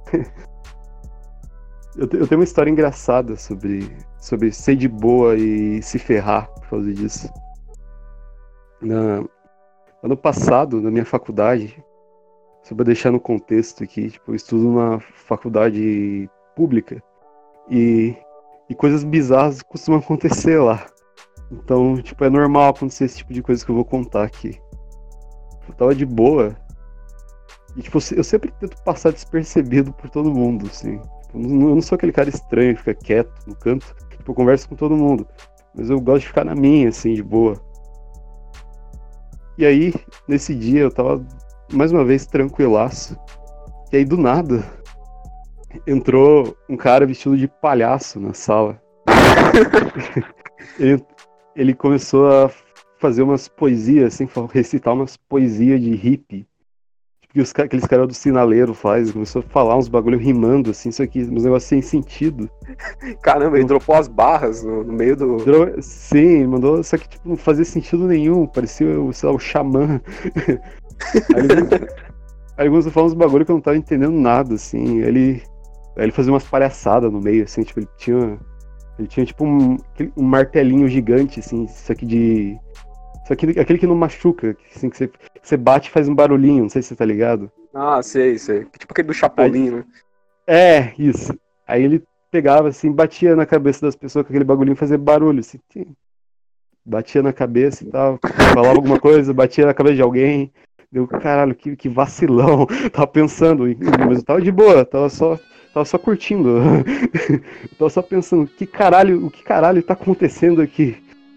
eu, te, eu tenho uma história engraçada sobre, sobre ser de boa e se ferrar por causa disso. Na, ano passado, na minha faculdade, só pra deixar no contexto aqui, tipo, eu estudo numa faculdade pública e E coisas bizarras costumam acontecer lá. Então, tipo, é normal acontecer esse tipo de coisa que eu vou contar aqui. Eu tava de boa. E, tipo, eu sempre tento passar despercebido por todo mundo, assim. Eu não sou aquele cara estranho que fica quieto no canto. Tipo, eu converso com todo mundo. Mas eu gosto de ficar na minha, assim, de boa. E aí, nesse dia, eu tava, mais uma vez, tranquilaço. E aí, do nada... entrou um cara vestido de palhaço na sala. ele, ele começou a fazer umas poesias, assim, recitar umas poesias de hippie. Que os, aqueles caras do sinaleiro faz. Começou a falar uns bagulho rimando, assim, isso aqui, uns negócios sem sentido. Caramba, ele dropou as barras no, no meio do... Dro... Sim, mandou, só que tipo, não fazia sentido nenhum. Parecia, sei lá, o xamã. Aí ele, aí ele começou a falar uns bagulho que eu não tava entendendo nada, assim. Ele... Aí ele fazia umas palhaçadas no meio, assim, tipo, ele tinha. Ele tinha tipo um, um martelinho gigante, assim, isso aqui de. Isso aqui, aquele que não machuca, assim, que você, você bate e faz um barulhinho, não sei se você tá ligado. Ah, sei, sei. Tipo aquele do Chapolin, aí, né? É, isso. Aí ele pegava, assim, batia na cabeça das pessoas com aquele bagulhinho e fazia barulho, assim. Batia na cabeça e tal, falava alguma coisa, batia na cabeça de alguém. Deu, caralho, que, que vacilão. Tava pensando, mas eu tava de boa, tava só. Tava só curtindo. Tava só pensando, que caralho, o que caralho tá acontecendo aqui?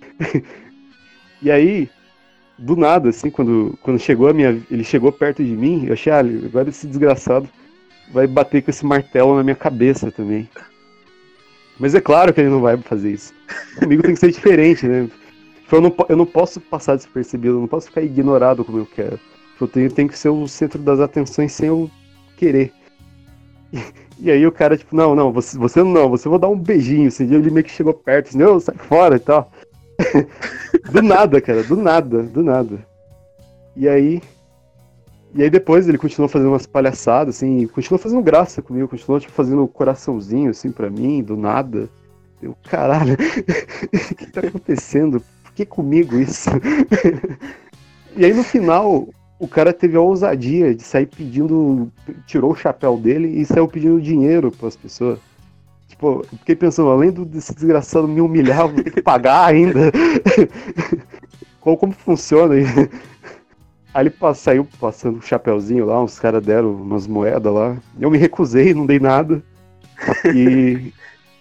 E aí, do nada, assim, quando, quando chegou a minha. Ele chegou perto de mim, eu achei, ah, agora esse desgraçado vai bater com esse martelo na minha cabeça também. Mas é claro que ele não vai fazer isso. Comigo tem que ser diferente, né? Eu não, eu não posso passar despercebido, eu não posso ficar ignorado como eu quero. Eu tenho, tenho que ser o centro das atenções sem eu querer. E aí o cara, tipo, não, não, você, você não, você vou dar um beijinho, assim, ele meio que chegou perto, assim, não, sai fora e tal. Do nada, cara, do nada, do nada. E aí, e aí depois ele continuou fazendo umas palhaçadas, assim, continuou fazendo graça comigo, continuou, tipo, fazendo coraçãozinho, assim, pra mim, do nada. Eu, caralho, o que tá acontecendo? Por que comigo isso? E aí no final... O cara teve a ousadia de sair pedindo, tirou o chapéu dele e saiu pedindo dinheiro pras pessoas. Tipo, eu fiquei pensando, além do, desse desgraçado me humilhar, eu vou ter que pagar ainda. Como, como funciona aí? Aí ele saiu passando o chapéuzinho lá, uns caras deram umas moedas lá. Eu me recusei, não dei nada. E...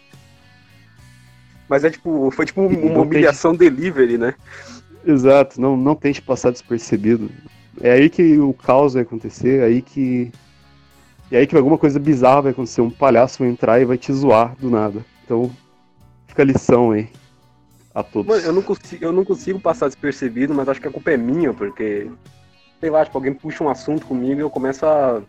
Mas é tipo, foi tipo uma humilhação tente... delivery, né? Exato, não, não tente passar despercebido. É aí que o caos vai acontecer, é aí que... É aí que alguma coisa bizarra vai acontecer, um palhaço vai entrar e vai te zoar do nada. Então, fica a lição aí, a todos. Mano, eu não consigo, eu não consigo passar despercebido, mas acho que a culpa é minha, porque... Sei lá, tipo, alguém puxa um assunto comigo e eu começo a...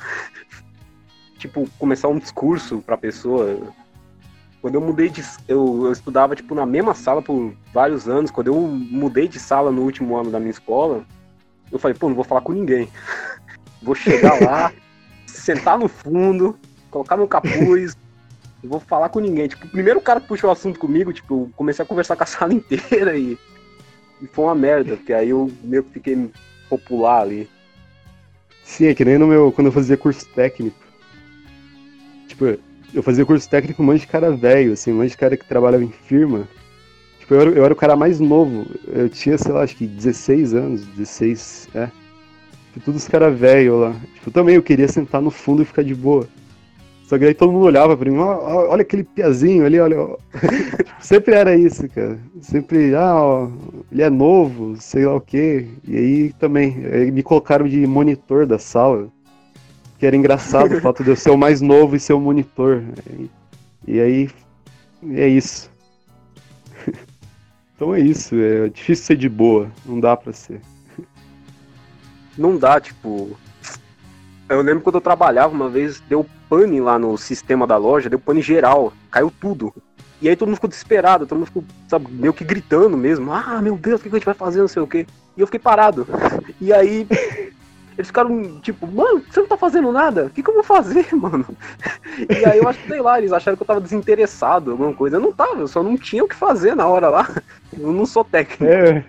tipo, começar um discurso pra pessoa. Quando eu mudei de... Eu, eu estudava, tipo, na mesma sala por vários anos. Quando eu mudei de sala no último ano da minha escola... Eu falei, pô, não vou falar com ninguém. Vou chegar lá, sentar no fundo, colocar meu capuz não vou falar com ninguém. Tipo, o primeiro cara que puxou o assunto comigo, tipo, eu comecei a conversar com a sala inteira e, e foi uma merda, porque aí eu meio que fiquei popular ali. Sim, é que nem no meu, quando eu fazia curso técnico. Tipo, eu fazia curso técnico com um monte de cara velho, assim, um monte de cara que trabalhava em firma. Tipo, eu era, eu era o cara mais novo. Eu tinha, sei lá, acho que dezesseis anos, dezesseis, é. Tipo, todos os caras velhos lá. Tipo, também eu queria sentar no fundo e ficar de boa. Só que aí todo mundo olhava pra mim, ó, ó, olha aquele piazinho ali, olha. Ó. Sempre era isso, cara. Sempre, ah, ó, ele é novo, sei lá o quê. E aí também, aí me colocaram de monitor da sala. Que era engraçado o fato de eu ser o mais novo e ser o monitor. E aí, é isso. Então é isso, é difícil ser de boa, não dá pra ser. Não dá, tipo... Eu lembro quando eu trabalhava, uma vez deu pane lá no sistema da loja, deu pane geral, caiu tudo. E aí todo mundo ficou desesperado, todo mundo ficou, sabe, meio que gritando mesmo. Ah, meu Deus, o que a gente vai fazer, não sei o quê. E eu fiquei parado. E aí eles ficaram tipo, mano, você não tá fazendo nada? O que, que eu vou fazer, mano? E aí eu acho que, sei lá, eles acharam que eu tava desinteressado, alguma coisa. Eu não tava, eu só não tinha o que fazer na hora lá. Eu não sou técnico. É.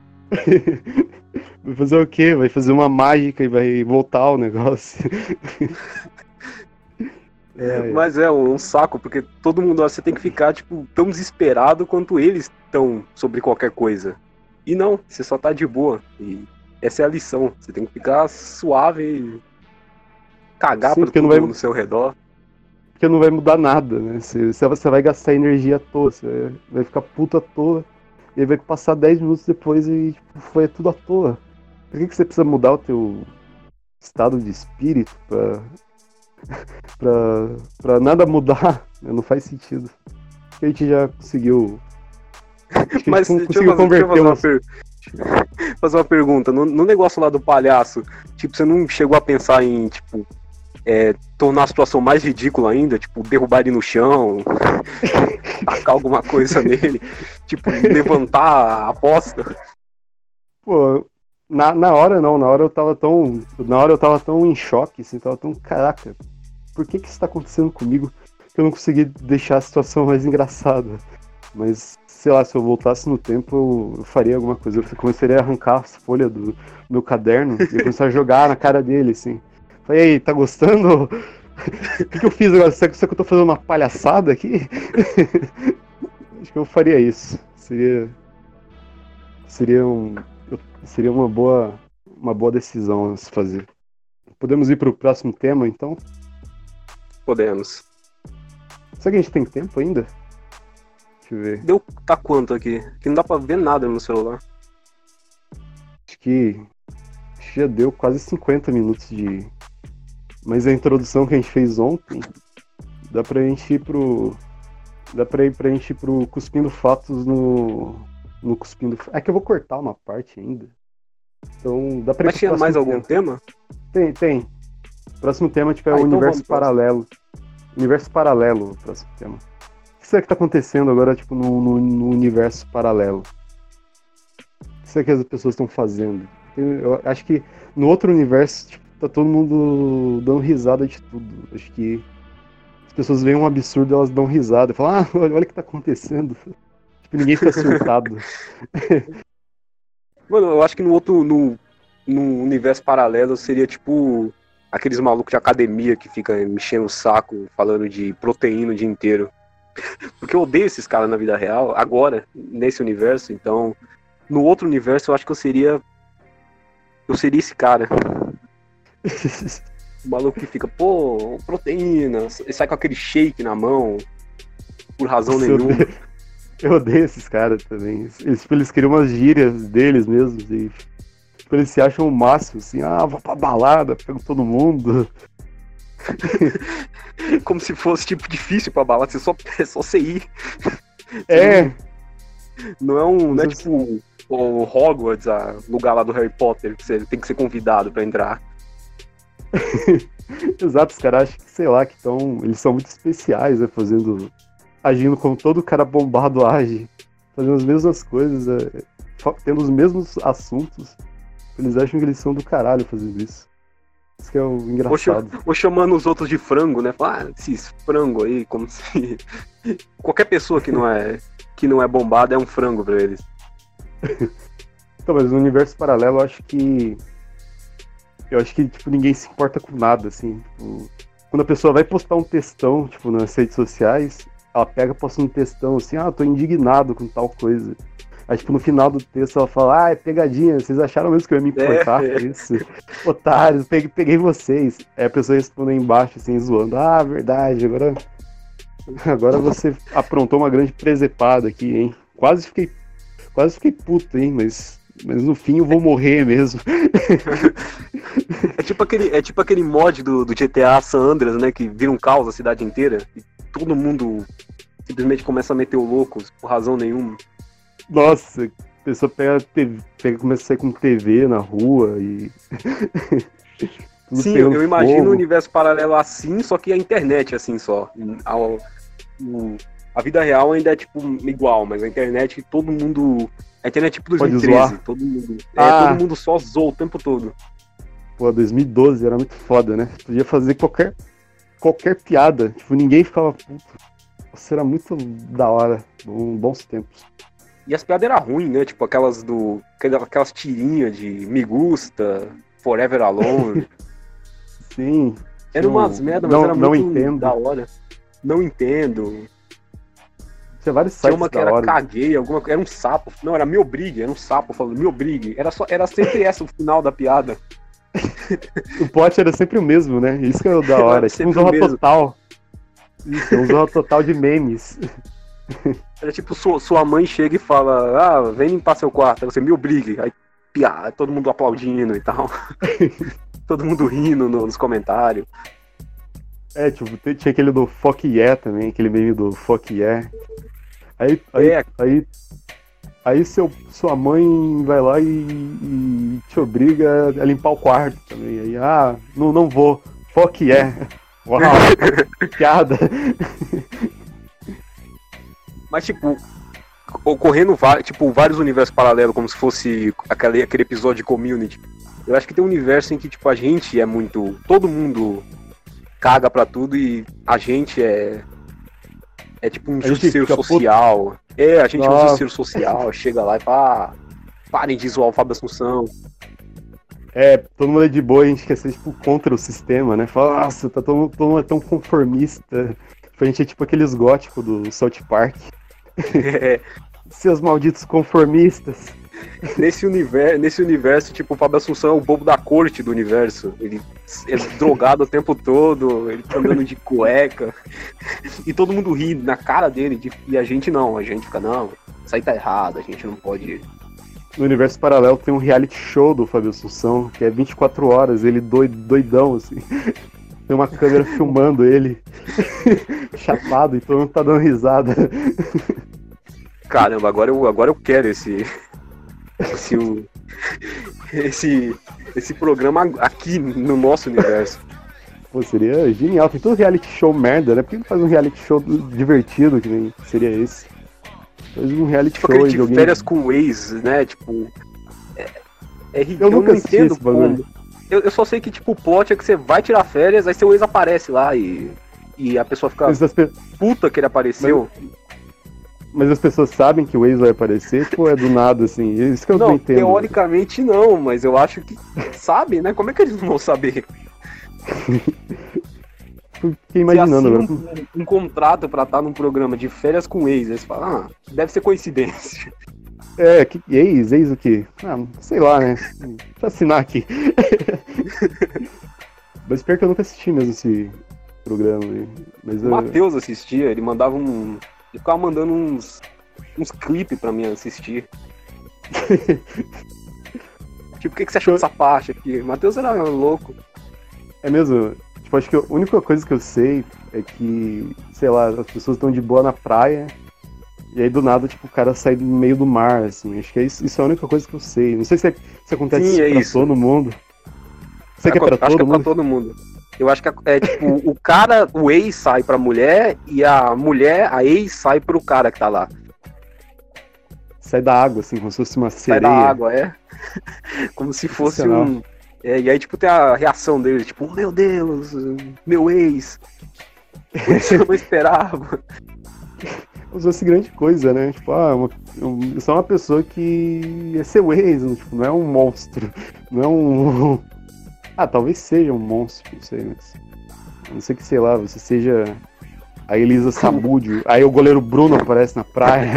Vai fazer o quê? Vai fazer uma mágica e vai voltar o negócio. É, mas é um saco, porque todo mundo, você tem que ficar, tipo, tão desesperado quanto eles estão sobre qualquer coisa. E não, você só tá de boa. E essa é a lição. Você tem que ficar suave e cagar Sim, pra todo não vai, mundo no seu redor. porque não vai mudar nada, né? Você, você vai gastar energia à toa, você vai ficar puto à toa. E aí vai passar dez minutos depois e tipo, foi tudo à toa. Por que, que você precisa mudar o teu estado de espírito pra, pra, pra nada mudar? Não faz sentido. A gente já conseguiu. Acho que Mas a gente deixa eu conseguiu fazer, deixa eu fazer, uma, umas... per... fazer uma pergunta. No, no negócio lá do palhaço, tipo, você não chegou a pensar em, tipo, é, tornar a situação mais ridícula ainda? Tipo, derrubar ele no chão, tacar alguma coisa nele, tipo, levantar a aposta? Pô, na, na hora não, na hora eu tava tão. Na hora eu tava tão em choque, assim, tava tão. Caraca, por que que isso tá acontecendo comigo? Que eu não consegui deixar a situação mais engraçada. Mas, sei lá, se eu voltasse no tempo, eu, eu faria alguma coisa. Eu começaria a arrancar as folhas do meu caderno e começar a jogar na cara dele, assim. Falei, e aí, tá gostando? O que, que eu fiz agora? Será que eu tô fazendo uma palhaçada aqui? Acho que eu faria isso. Seria. Seria um. Seria uma boa. Uma boa decisão a se fazer. Podemos ir pro próximo tema, então? Podemos. Será que a gente tem tempo ainda? Deixa eu ver. Deu tá quanto aqui? Que não dá pra ver nada no celular. Acho que, acho que já deu quase cinquenta minutos de. Mas a introdução que a gente fez ontem, dá pra gente ir pro. Dá pra ir pra gente ir pro Cuspindo Fatos no. No Cuspindo. É que eu vou cortar uma parte ainda. Então dá pra ir Mas pro tinha próximo mais algum tema? Tem, tem. O próximo tema tipo, é Ah, o então universo vamos pro paralelo. Universo paralelo, o próximo tema. O que será que tá acontecendo agora, tipo, no, no, no universo paralelo? O que será que as pessoas estão fazendo? Eu acho que no outro universo, tipo, tá todo mundo dando risada de tudo. Acho que as pessoas veem um absurdo e elas dão risada. Falam, ah, olha, olha o que tá acontecendo. Tipo, ninguém fica surtado. Mano, eu acho que no outro. No, no universo paralelo seria tipo aqueles malucos de academia que fica mexendo o saco falando de proteína o dia inteiro. Porque eu odeio esses caras na vida real, agora, nesse universo, então. No outro universo eu acho que eu seria. Eu seria esse cara. O maluco que fica, pô, proteína, e sai com aquele shake na mão, por razão Nossa, eu nenhuma. odeio, eu odeio esses caras também. Eles, eles criam umas gírias deles mesmos e tipo, eles se acham o máximo, assim, ah, vou pra balada, pego todo mundo. Como se fosse, tipo, difícil pra balada, você só, é só você ir. É. Não é um, não é tipo o Hogwarts, a lugar lá do Harry Potter, que você tem que ser convidado pra entrar. Exato, os caras acham que, sei lá, que tão, eles são muito especiais, né, fazendo, agindo como todo cara bombado age, fazendo as mesmas coisas, é, tendo os mesmos assuntos. Eles acham que eles são do caralho fazendo isso. Isso que é o Ou, engraçado. cha- ou chamando os outros de frango, né? Fala, ah, esses frango aí, como se. Qualquer pessoa que não é, que não é bombada é um frango pra eles. Então, mas no universo paralelo, eu acho que. Eu acho que, tipo, ninguém se importa com nada, assim. Tipo, quando a pessoa vai postar um textão, tipo, nas redes sociais, ela pega e posta um textão assim, ah, eu tô indignado com tal coisa. Aí, tipo, no final do texto ela fala, ah, é pegadinha, vocês acharam mesmo que eu ia me importar É, com isso? Otários, peguei, peguei vocês. Aí a pessoa responde aí embaixo, assim, zoando, ah, verdade, agora. Agora você aprontou uma grande presepada aqui, hein? Quase fiquei. Quase fiquei puto, hein? Mas. Mas no fim eu vou morrer mesmo. É tipo aquele, é tipo aquele mod do, do G T A San Andreas, né? Que vira um caos a cidade inteira. E todo mundo simplesmente começa a meter o louco por razão nenhuma. Nossa, a pessoa pega, T V, pega começa a sair com T V na rua e. Tudo Sim, pegando eu imagino fogo. um universo paralelo assim, só que a internet assim só. A, o- a vida real ainda é tipo igual, mas a internet todo mundo. A internet é tipo Pode dois mil e treze, zoar. todo mundo. Ah. É, todo mundo só zoou o tempo todo. Pô, dois mil e doze era muito foda, né? Podia fazer qualquer, qualquer piada. Tipo, ninguém ficava puto. Nossa, era muito da hora. Bom- Bons tempos. E as piadas eram ruins, né? Tipo aquelas do. Aquelas tirinhas de Me Gusta, Forever Alone. Sim. Eram tinha umas um- merda, mas não, era não muito entendo. da hora. Não entendo. Tinha vários Tinha sites uma que da era hora. caguei, alguma coisa. Era um sapo. Não, era me obrigue, era um sapo falando me obrigue. Era, só, era sempre essa o final da piada. O plot era sempre o mesmo, né? Isso que era o da Era hora. Tipo um sempre o Zorra mesmo. Total. Isso, um Zorra Total de memes. Era tipo, sua, sua mãe chega e fala, ah, vem limpar seu quarto. Aí você me obrigue. Aí, piada, todo mundo aplaudindo e tal. Todo mundo rindo no- nos comentários. É, tipo, te- tinha aquele do Fuck Yeah também, aquele meme do Fuck Yeah. Aí, aí, É. aí, aí seu, sua mãe vai lá e, e te obriga a limpar o quarto também. Aí, ah, não, não vou. Fuck Yeah. Uau, piada. Mas, tipo, ocorrendo va- tipo, vários universos paralelos, como se fosse aquele, aquele episódio de Community. Eu acho que tem um universo em que, tipo, a gente é muito. Todo mundo caga pra tudo e a gente é. É tipo um A gente justiceiro fica social. É, a gente é um Nossa. justiceiro social. Chega lá e fala, ah, parem de zoar o Fábio Assunção. É, todo mundo é de boa, a gente quer ser, tipo, contra o sistema, né? Fala, nossa, tá todo, todo mundo é tão conformista. A gente é tipo aqueles góticos do South Park. É, Seus malditos conformistas. nesse, universo, nesse universo, tipo, o Fábio Assunção é o bobo da corte do universo. Ele é drogado o tempo todo, ele tá andando de cueca. E todo mundo ri na cara dele. de- E a gente não, a gente fica, não, isso aí tá errado, a gente não pode. No universo paralelo tem um reality show do Fábio Assunção, que é vinte e quatro horas, ele doid, doidão, assim. Tem uma câmera filmando ele, chapado, e todo mundo tá dando risada. Caramba, agora eu, agora eu quero esse. Esse, o- esse, esse programa aqui no nosso universo. Pô, seria genial. Tem todo reality show merda, né? Por que não faz um reality show divertido, que nem seria esse? Faz um reality Tipo show aquele aí de de alguém... férias com o ex, né? Tipo. É, é ri- Eu eu nunca não assisti entendo esse bagulho. como. Eu, eu só sei que, tipo, o plot é que você vai tirar férias, aí seu ex aparece lá e. E a pessoa fica Mas as, pe- puta que ele apareceu. mas as pessoas sabem que o ex vai aparecer, tipo, é do nada, assim. Isso que eu não, Não, entendo. teoricamente não, mas eu acho que sabe, né? Como é que eles não vão saber? Fiquei imaginando Você agora. assina um, um contrato pra estar num programa de férias com ex, aí você fala, ah, deve ser coincidência. É, que, ex, ex o quê? Ah, sei lá, né? Deixa eu assinar aqui. Mas pior que eu nunca assisti mesmo esse programa aí. Mas, O é, Matheus assistia, ele mandava um. Ele ficava mandando uns. uns clipes pra mim assistir. Tipo, o que, que você achou dessa parte aqui? O Matheus era louco. é mesmo, tipo, acho que a única coisa que eu sei é que, sei lá, as pessoas estão de boa na praia e aí do nada, tipo, o cara sai do meio do mar, assim. Acho que é isso, isso é a única coisa que eu sei. Não sei se, é, se acontece Sim, isso é pra isso. todo mundo. Você que é pra acho que todo é pra mundo? todo mundo. Eu acho que é, é, tipo, o cara, o ex sai pra mulher e a mulher, a ex sai pro cara que tá lá. Sai da água, assim, como se fosse uma Sai sereia. da água, é. Como se fosse Sensacional. um, É, e aí, tipo, tem a reação dele, tipo, meu Deus, meu ex. Isso eu não esperava. Como se fosse grande coisa, né? Tipo, ah, uma, um, só uma pessoa que é seu ex, não, tipo, não é um monstro. Não é um. Ah, talvez seja um monstro, não sei, mas. A não ser que, sei lá, você seja a Elisa Sabúdio. Aí o goleiro Bruno aparece na praia.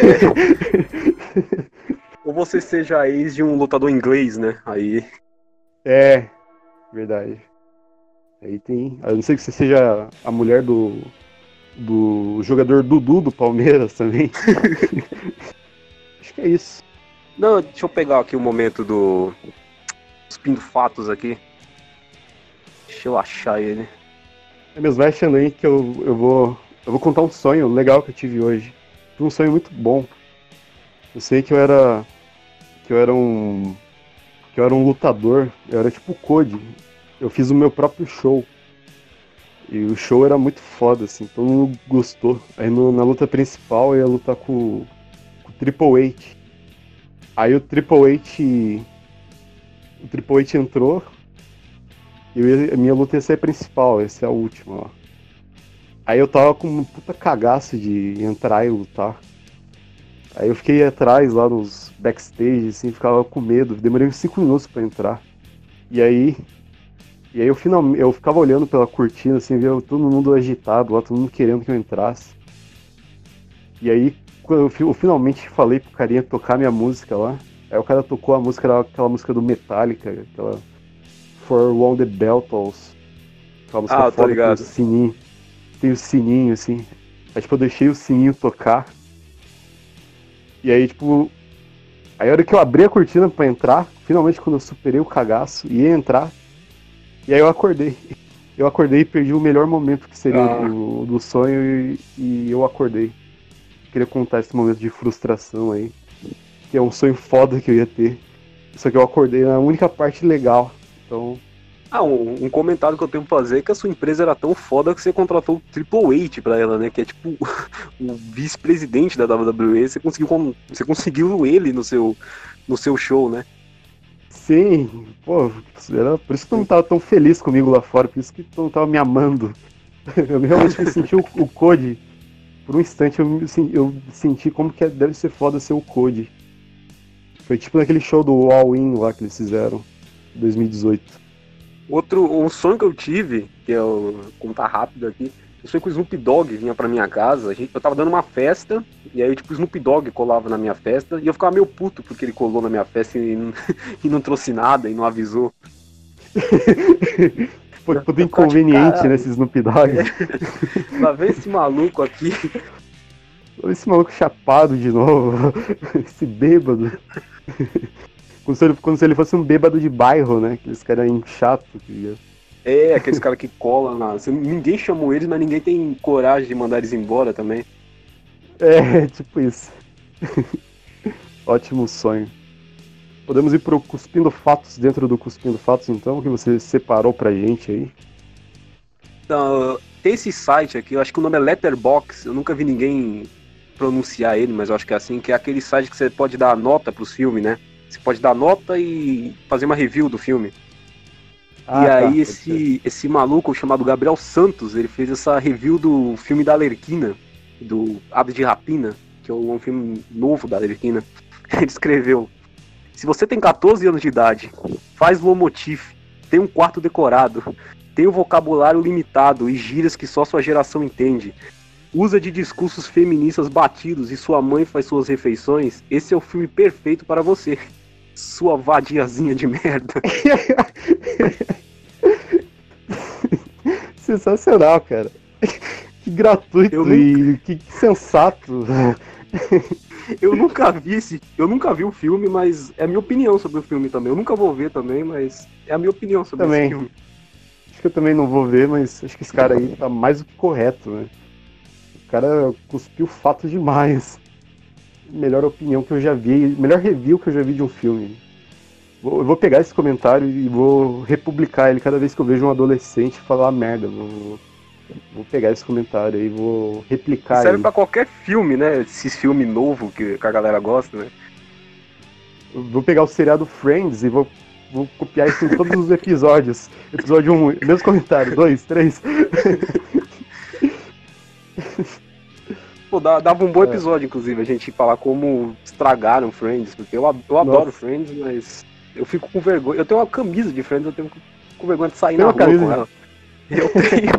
É. Ou você seja a ex de um lutador inglês, né? Aí. É, verdade. Aí tem. A não ser que você seja a mulher do. Do jogador Dudu do Palmeiras também. Acho que é isso. Não, deixa eu pegar aqui o momento do. Os pinfatos aqui. Deixa eu achar ele. É mesmo, vai achando aí que eu, eu vou. Eu vou contar um sonho legal que eu tive hoje. Foi um sonho muito bom. Eu sei que eu era. Que eu era um. Que eu era um lutador. Eu era tipo o Cody. Eu fiz o meu próprio show. E o show era muito foda, assim, todo mundo gostou. Aí no, na luta principal eu ia lutar com, com o Triple H. Aí o Triple H. O Triple H entrou. E eu ia, a minha luta ia ser a principal, essa é a última, ó. Aí eu tava com um puta cagaço de entrar e lutar. Aí eu fiquei atrás lá nos backstage, assim, ficava com medo. Demorei uns cinco minutos pra entrar. E aí. E aí eu finalmente. Eu ficava olhando pela cortina, assim, via todo mundo agitado lá, todo mundo querendo que eu entrasse. E aí, quando eu, eu finalmente falei pro carinha tocar minha música lá. Aí o cara tocou a música, aquela música do Metallica, aquela For Wounded Beltals. Aquela música Ah, tô foda com o ligado. sininho. Tem o sininho, assim. Aí, tipo, eu deixei o sininho tocar. E aí, tipo... Aí, a hora que eu abri a cortina pra entrar, finalmente, quando eu superei o cagaço, ia entrar. E aí eu acordei. Eu acordei e perdi o melhor momento que seria Ah. do, do sonho e, e eu acordei. Queria contar esse momento de frustração aí. Que é um sonho foda que eu ia ter. Só que eu acordei na única parte legal. Então... Ah, um, um comentário que eu tenho pra fazer é que a sua empresa era tão foda que você contratou o Triple H pra ela, né? Que é tipo o vice-presidente da W W E. Você conseguiu, você conseguiu ele no seu, no seu show, né? Sim, pô, era por isso que tu não tava tão feliz comigo lá fora, por isso que tu não tava me amando. Eu realmente me senti o, o Cody. Por um instante eu, me, eu senti como que deve ser foda ser o Cody. Foi tipo naquele show do All In lá que eles fizeram, em dois mil e dezoito. Outro, um sonho que eu tive, que é o contar rápido aqui, eu sonhei que o Snoop Dogg vinha pra minha casa, a gente, eu tava dando uma festa, e aí tipo o Snoop Dogg colava na minha festa, e eu ficava meio puto porque ele colou na minha festa e, não- e não trouxe nada, e não avisou. Foi tudo inconveniente, Caralho. né, esse Snoop Dogg. É. Lá vem esse maluco aqui. Esse maluco chapado de novo, esse bêbado. Como se, ele, como se ele fosse um bêbado de bairro, né, aqueles caras chato que ia. É, aqueles caras que colam na. você- Ninguém chamou eles, mas ninguém tem coragem de mandar eles embora também. É, tipo isso. Ótimo sonho. Podemos ir pro Cuspindo Fatos dentro do Cuspindo Fatos, então, que você separou pra gente aí. Então, tem esse site aqui, eu acho que o nome é Letterboxd, eu nunca vi ninguém pronunciar ele, mas eu acho que é assim, que é aquele site que você pode dar nota pros filmes, né? Você pode dar nota e fazer uma review do filme. Ah, e tá, aí pode esse, esse maluco chamado Gabriel Santos, ele fez essa review do filme da Arlequina, do Aves de Rapina, que é um filme novo da Arlequina. Ele escreveu: se você tem catorze anos de idade, faz lomotif, tem um quarto decorado, tem um vocabulário limitado e gírias que só sua geração entende, usa de discursos feministas batidos e sua mãe faz suas refeições, esse é o filme perfeito para você. Sua vadiazinha de merda. Sensacional, cara. Que gratuito Eu e que, que sensato. Eu nunca vi esse. Eu nunca vi o filme, mas é a minha opinião sobre o filme também. Eu nunca vou ver também, mas é a minha opinião sobre Também. esse filme. Acho que eu também não vou ver, mas acho que esse cara aí tá mais do que correto, né? O cara cuspiu fato demais. Melhor opinião que eu já vi, melhor review que eu já vi de um filme. Vou, eu vou pegar esse comentário e vou republicar ele cada vez que eu vejo um adolescente falar merda. Vou, vou pegar esse comentário aí e vou replicar Serve ele. pra qualquer filme, né? Esse filme novo que, que a galera gosta, né? Eu vou pegar o seriado Friends e vou Vou copiar isso em todos os episódios. Episódio um, mesmo comentário. dois, três. Pô, dava um bom episódio, é. inclusive, a gente falar como estragaram Friends, porque eu, eu adoro Friends, mas eu fico com vergonha. Eu tenho uma camisa de Friends, eu tenho com vergonha de sair tem na rua com ela. Eu tenho.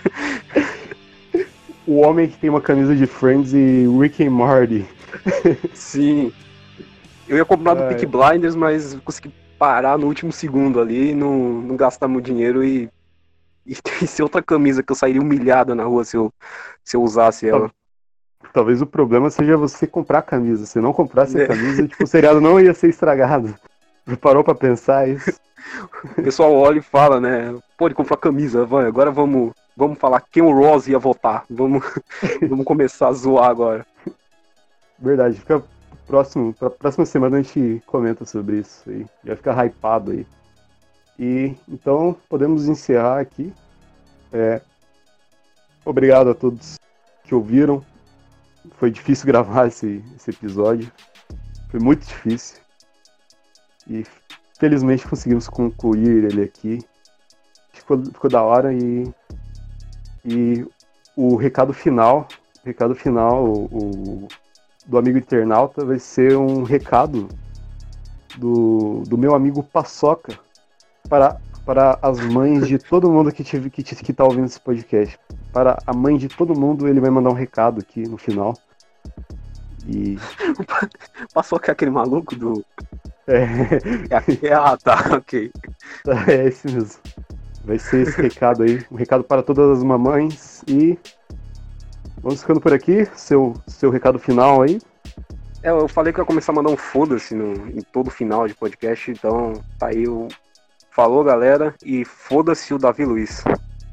O homem que tem uma camisa de Friends e Rick and Morty. Sim. Eu ia comprar do é. Peaky Blinders, mas consegui parar no último segundo ali, não, não gastar meu dinheiro e, e, e ser outra camisa que eu sairia humilhado na rua se eu, se eu usasse ela. Talvez o problema seja você comprar a camisa. Se não comprasse a camisa, tipo, o seriado não ia ser estragado. Parou pra pensar isso? O pessoal olha e fala, né? Pode comprar a camisa, vai, agora vamos, vamos falar quem o Ross ia votar. Vamos, vamos começar a zoar agora. Verdade, fica próximo, pra próxima semana a gente comenta sobre isso aí. Já fica hypado aí. E então podemos encerrar aqui. É, obrigado a todos que ouviram. Foi difícil gravar esse, esse episódio. Foi muito difícil. E felizmente conseguimos concluir ele aqui. Ficou, ficou da hora e, e o recado final, o recado final o, o, do amigo internauta vai ser um recado do, do meu amigo Paçoca para, para as mães de todo mundo que tive, que, que tá ouvindo esse podcast. Para a mãe de todo mundo, ele vai mandar um recado aqui no final. E... Paçoca é aquele maluco do... É... é... Ah, tá, ok. É esse mesmo. Vai ser esse recado aí. Um recado para todas as mamães. E vamos ficando por aqui. Seu, seu recado final aí. É, eu falei que eu ia começar a mandar um foda-se no, em todo final de podcast. Então, tá aí o... Falou, galera. E foda-se o Davi Luiz.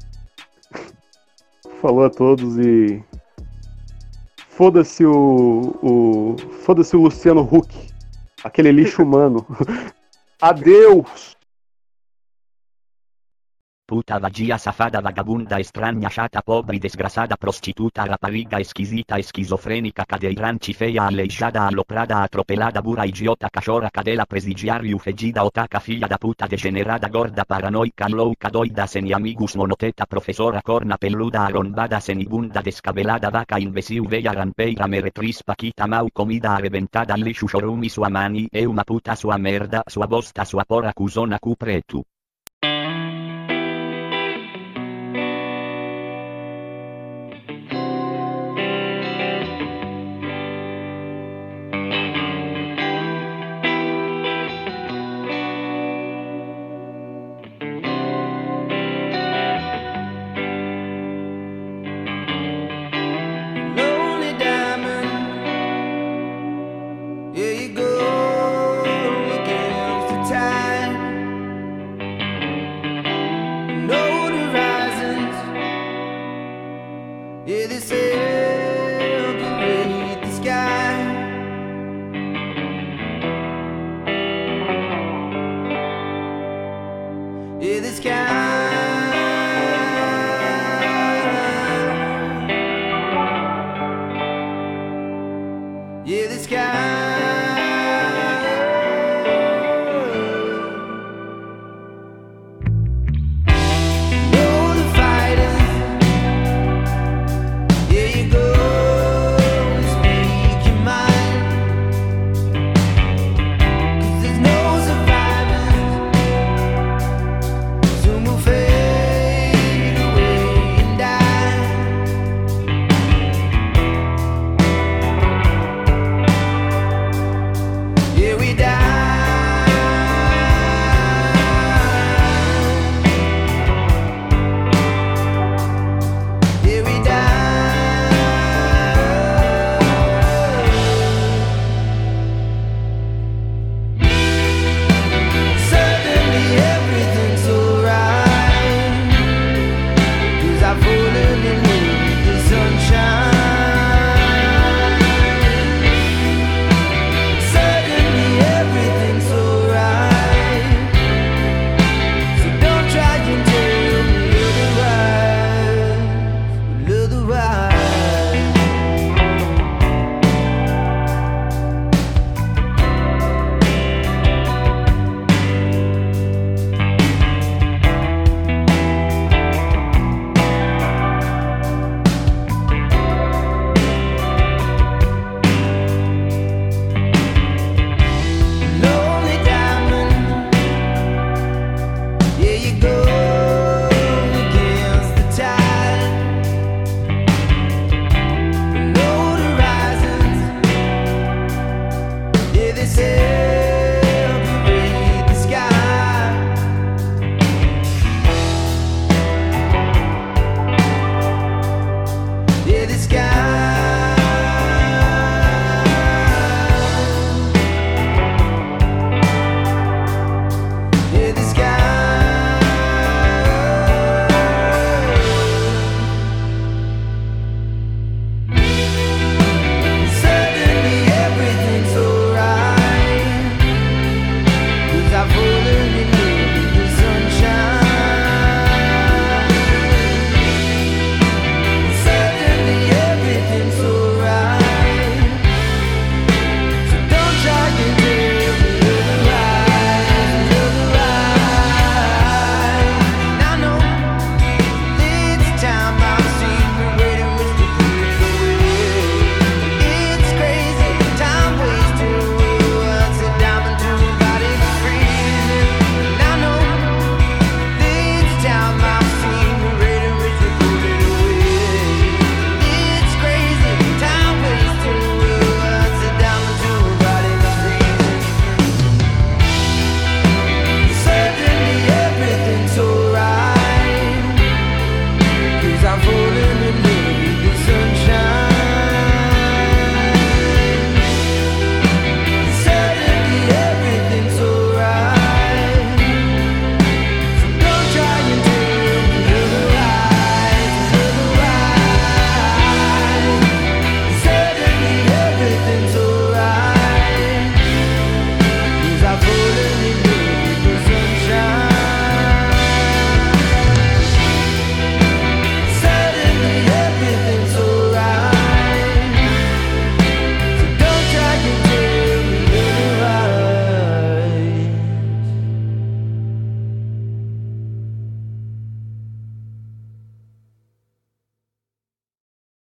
Falou a todos e... Foda-se o, o... Foda-se o Luciano Huck. Aquele lixo humano. Adeus! Puta vadia, safada, vagabunda, estranha, chata, pobre, desgraçada, prostituta, rapariga, esquisita, esquizofrênica, cadeirante, feia, aleijada, aloprada, atropelada, burra, idiota, cachorra, cadela, presidiário, fedida, otaca, filha da puta, degenerada, gorda, paranoica, louca, doida, sem amigos, monoteta, professora, corna, peluda, arrombada, senibunda, descabelada, vaca, imbecil, veia, rampeira, meretriz, paquita, mau, comida, arrebentada, lixo, chorumi, sua mani, é uma puta, sua merda, sua bosta, sua porra, cuzona, cu preto. Yeah, the sky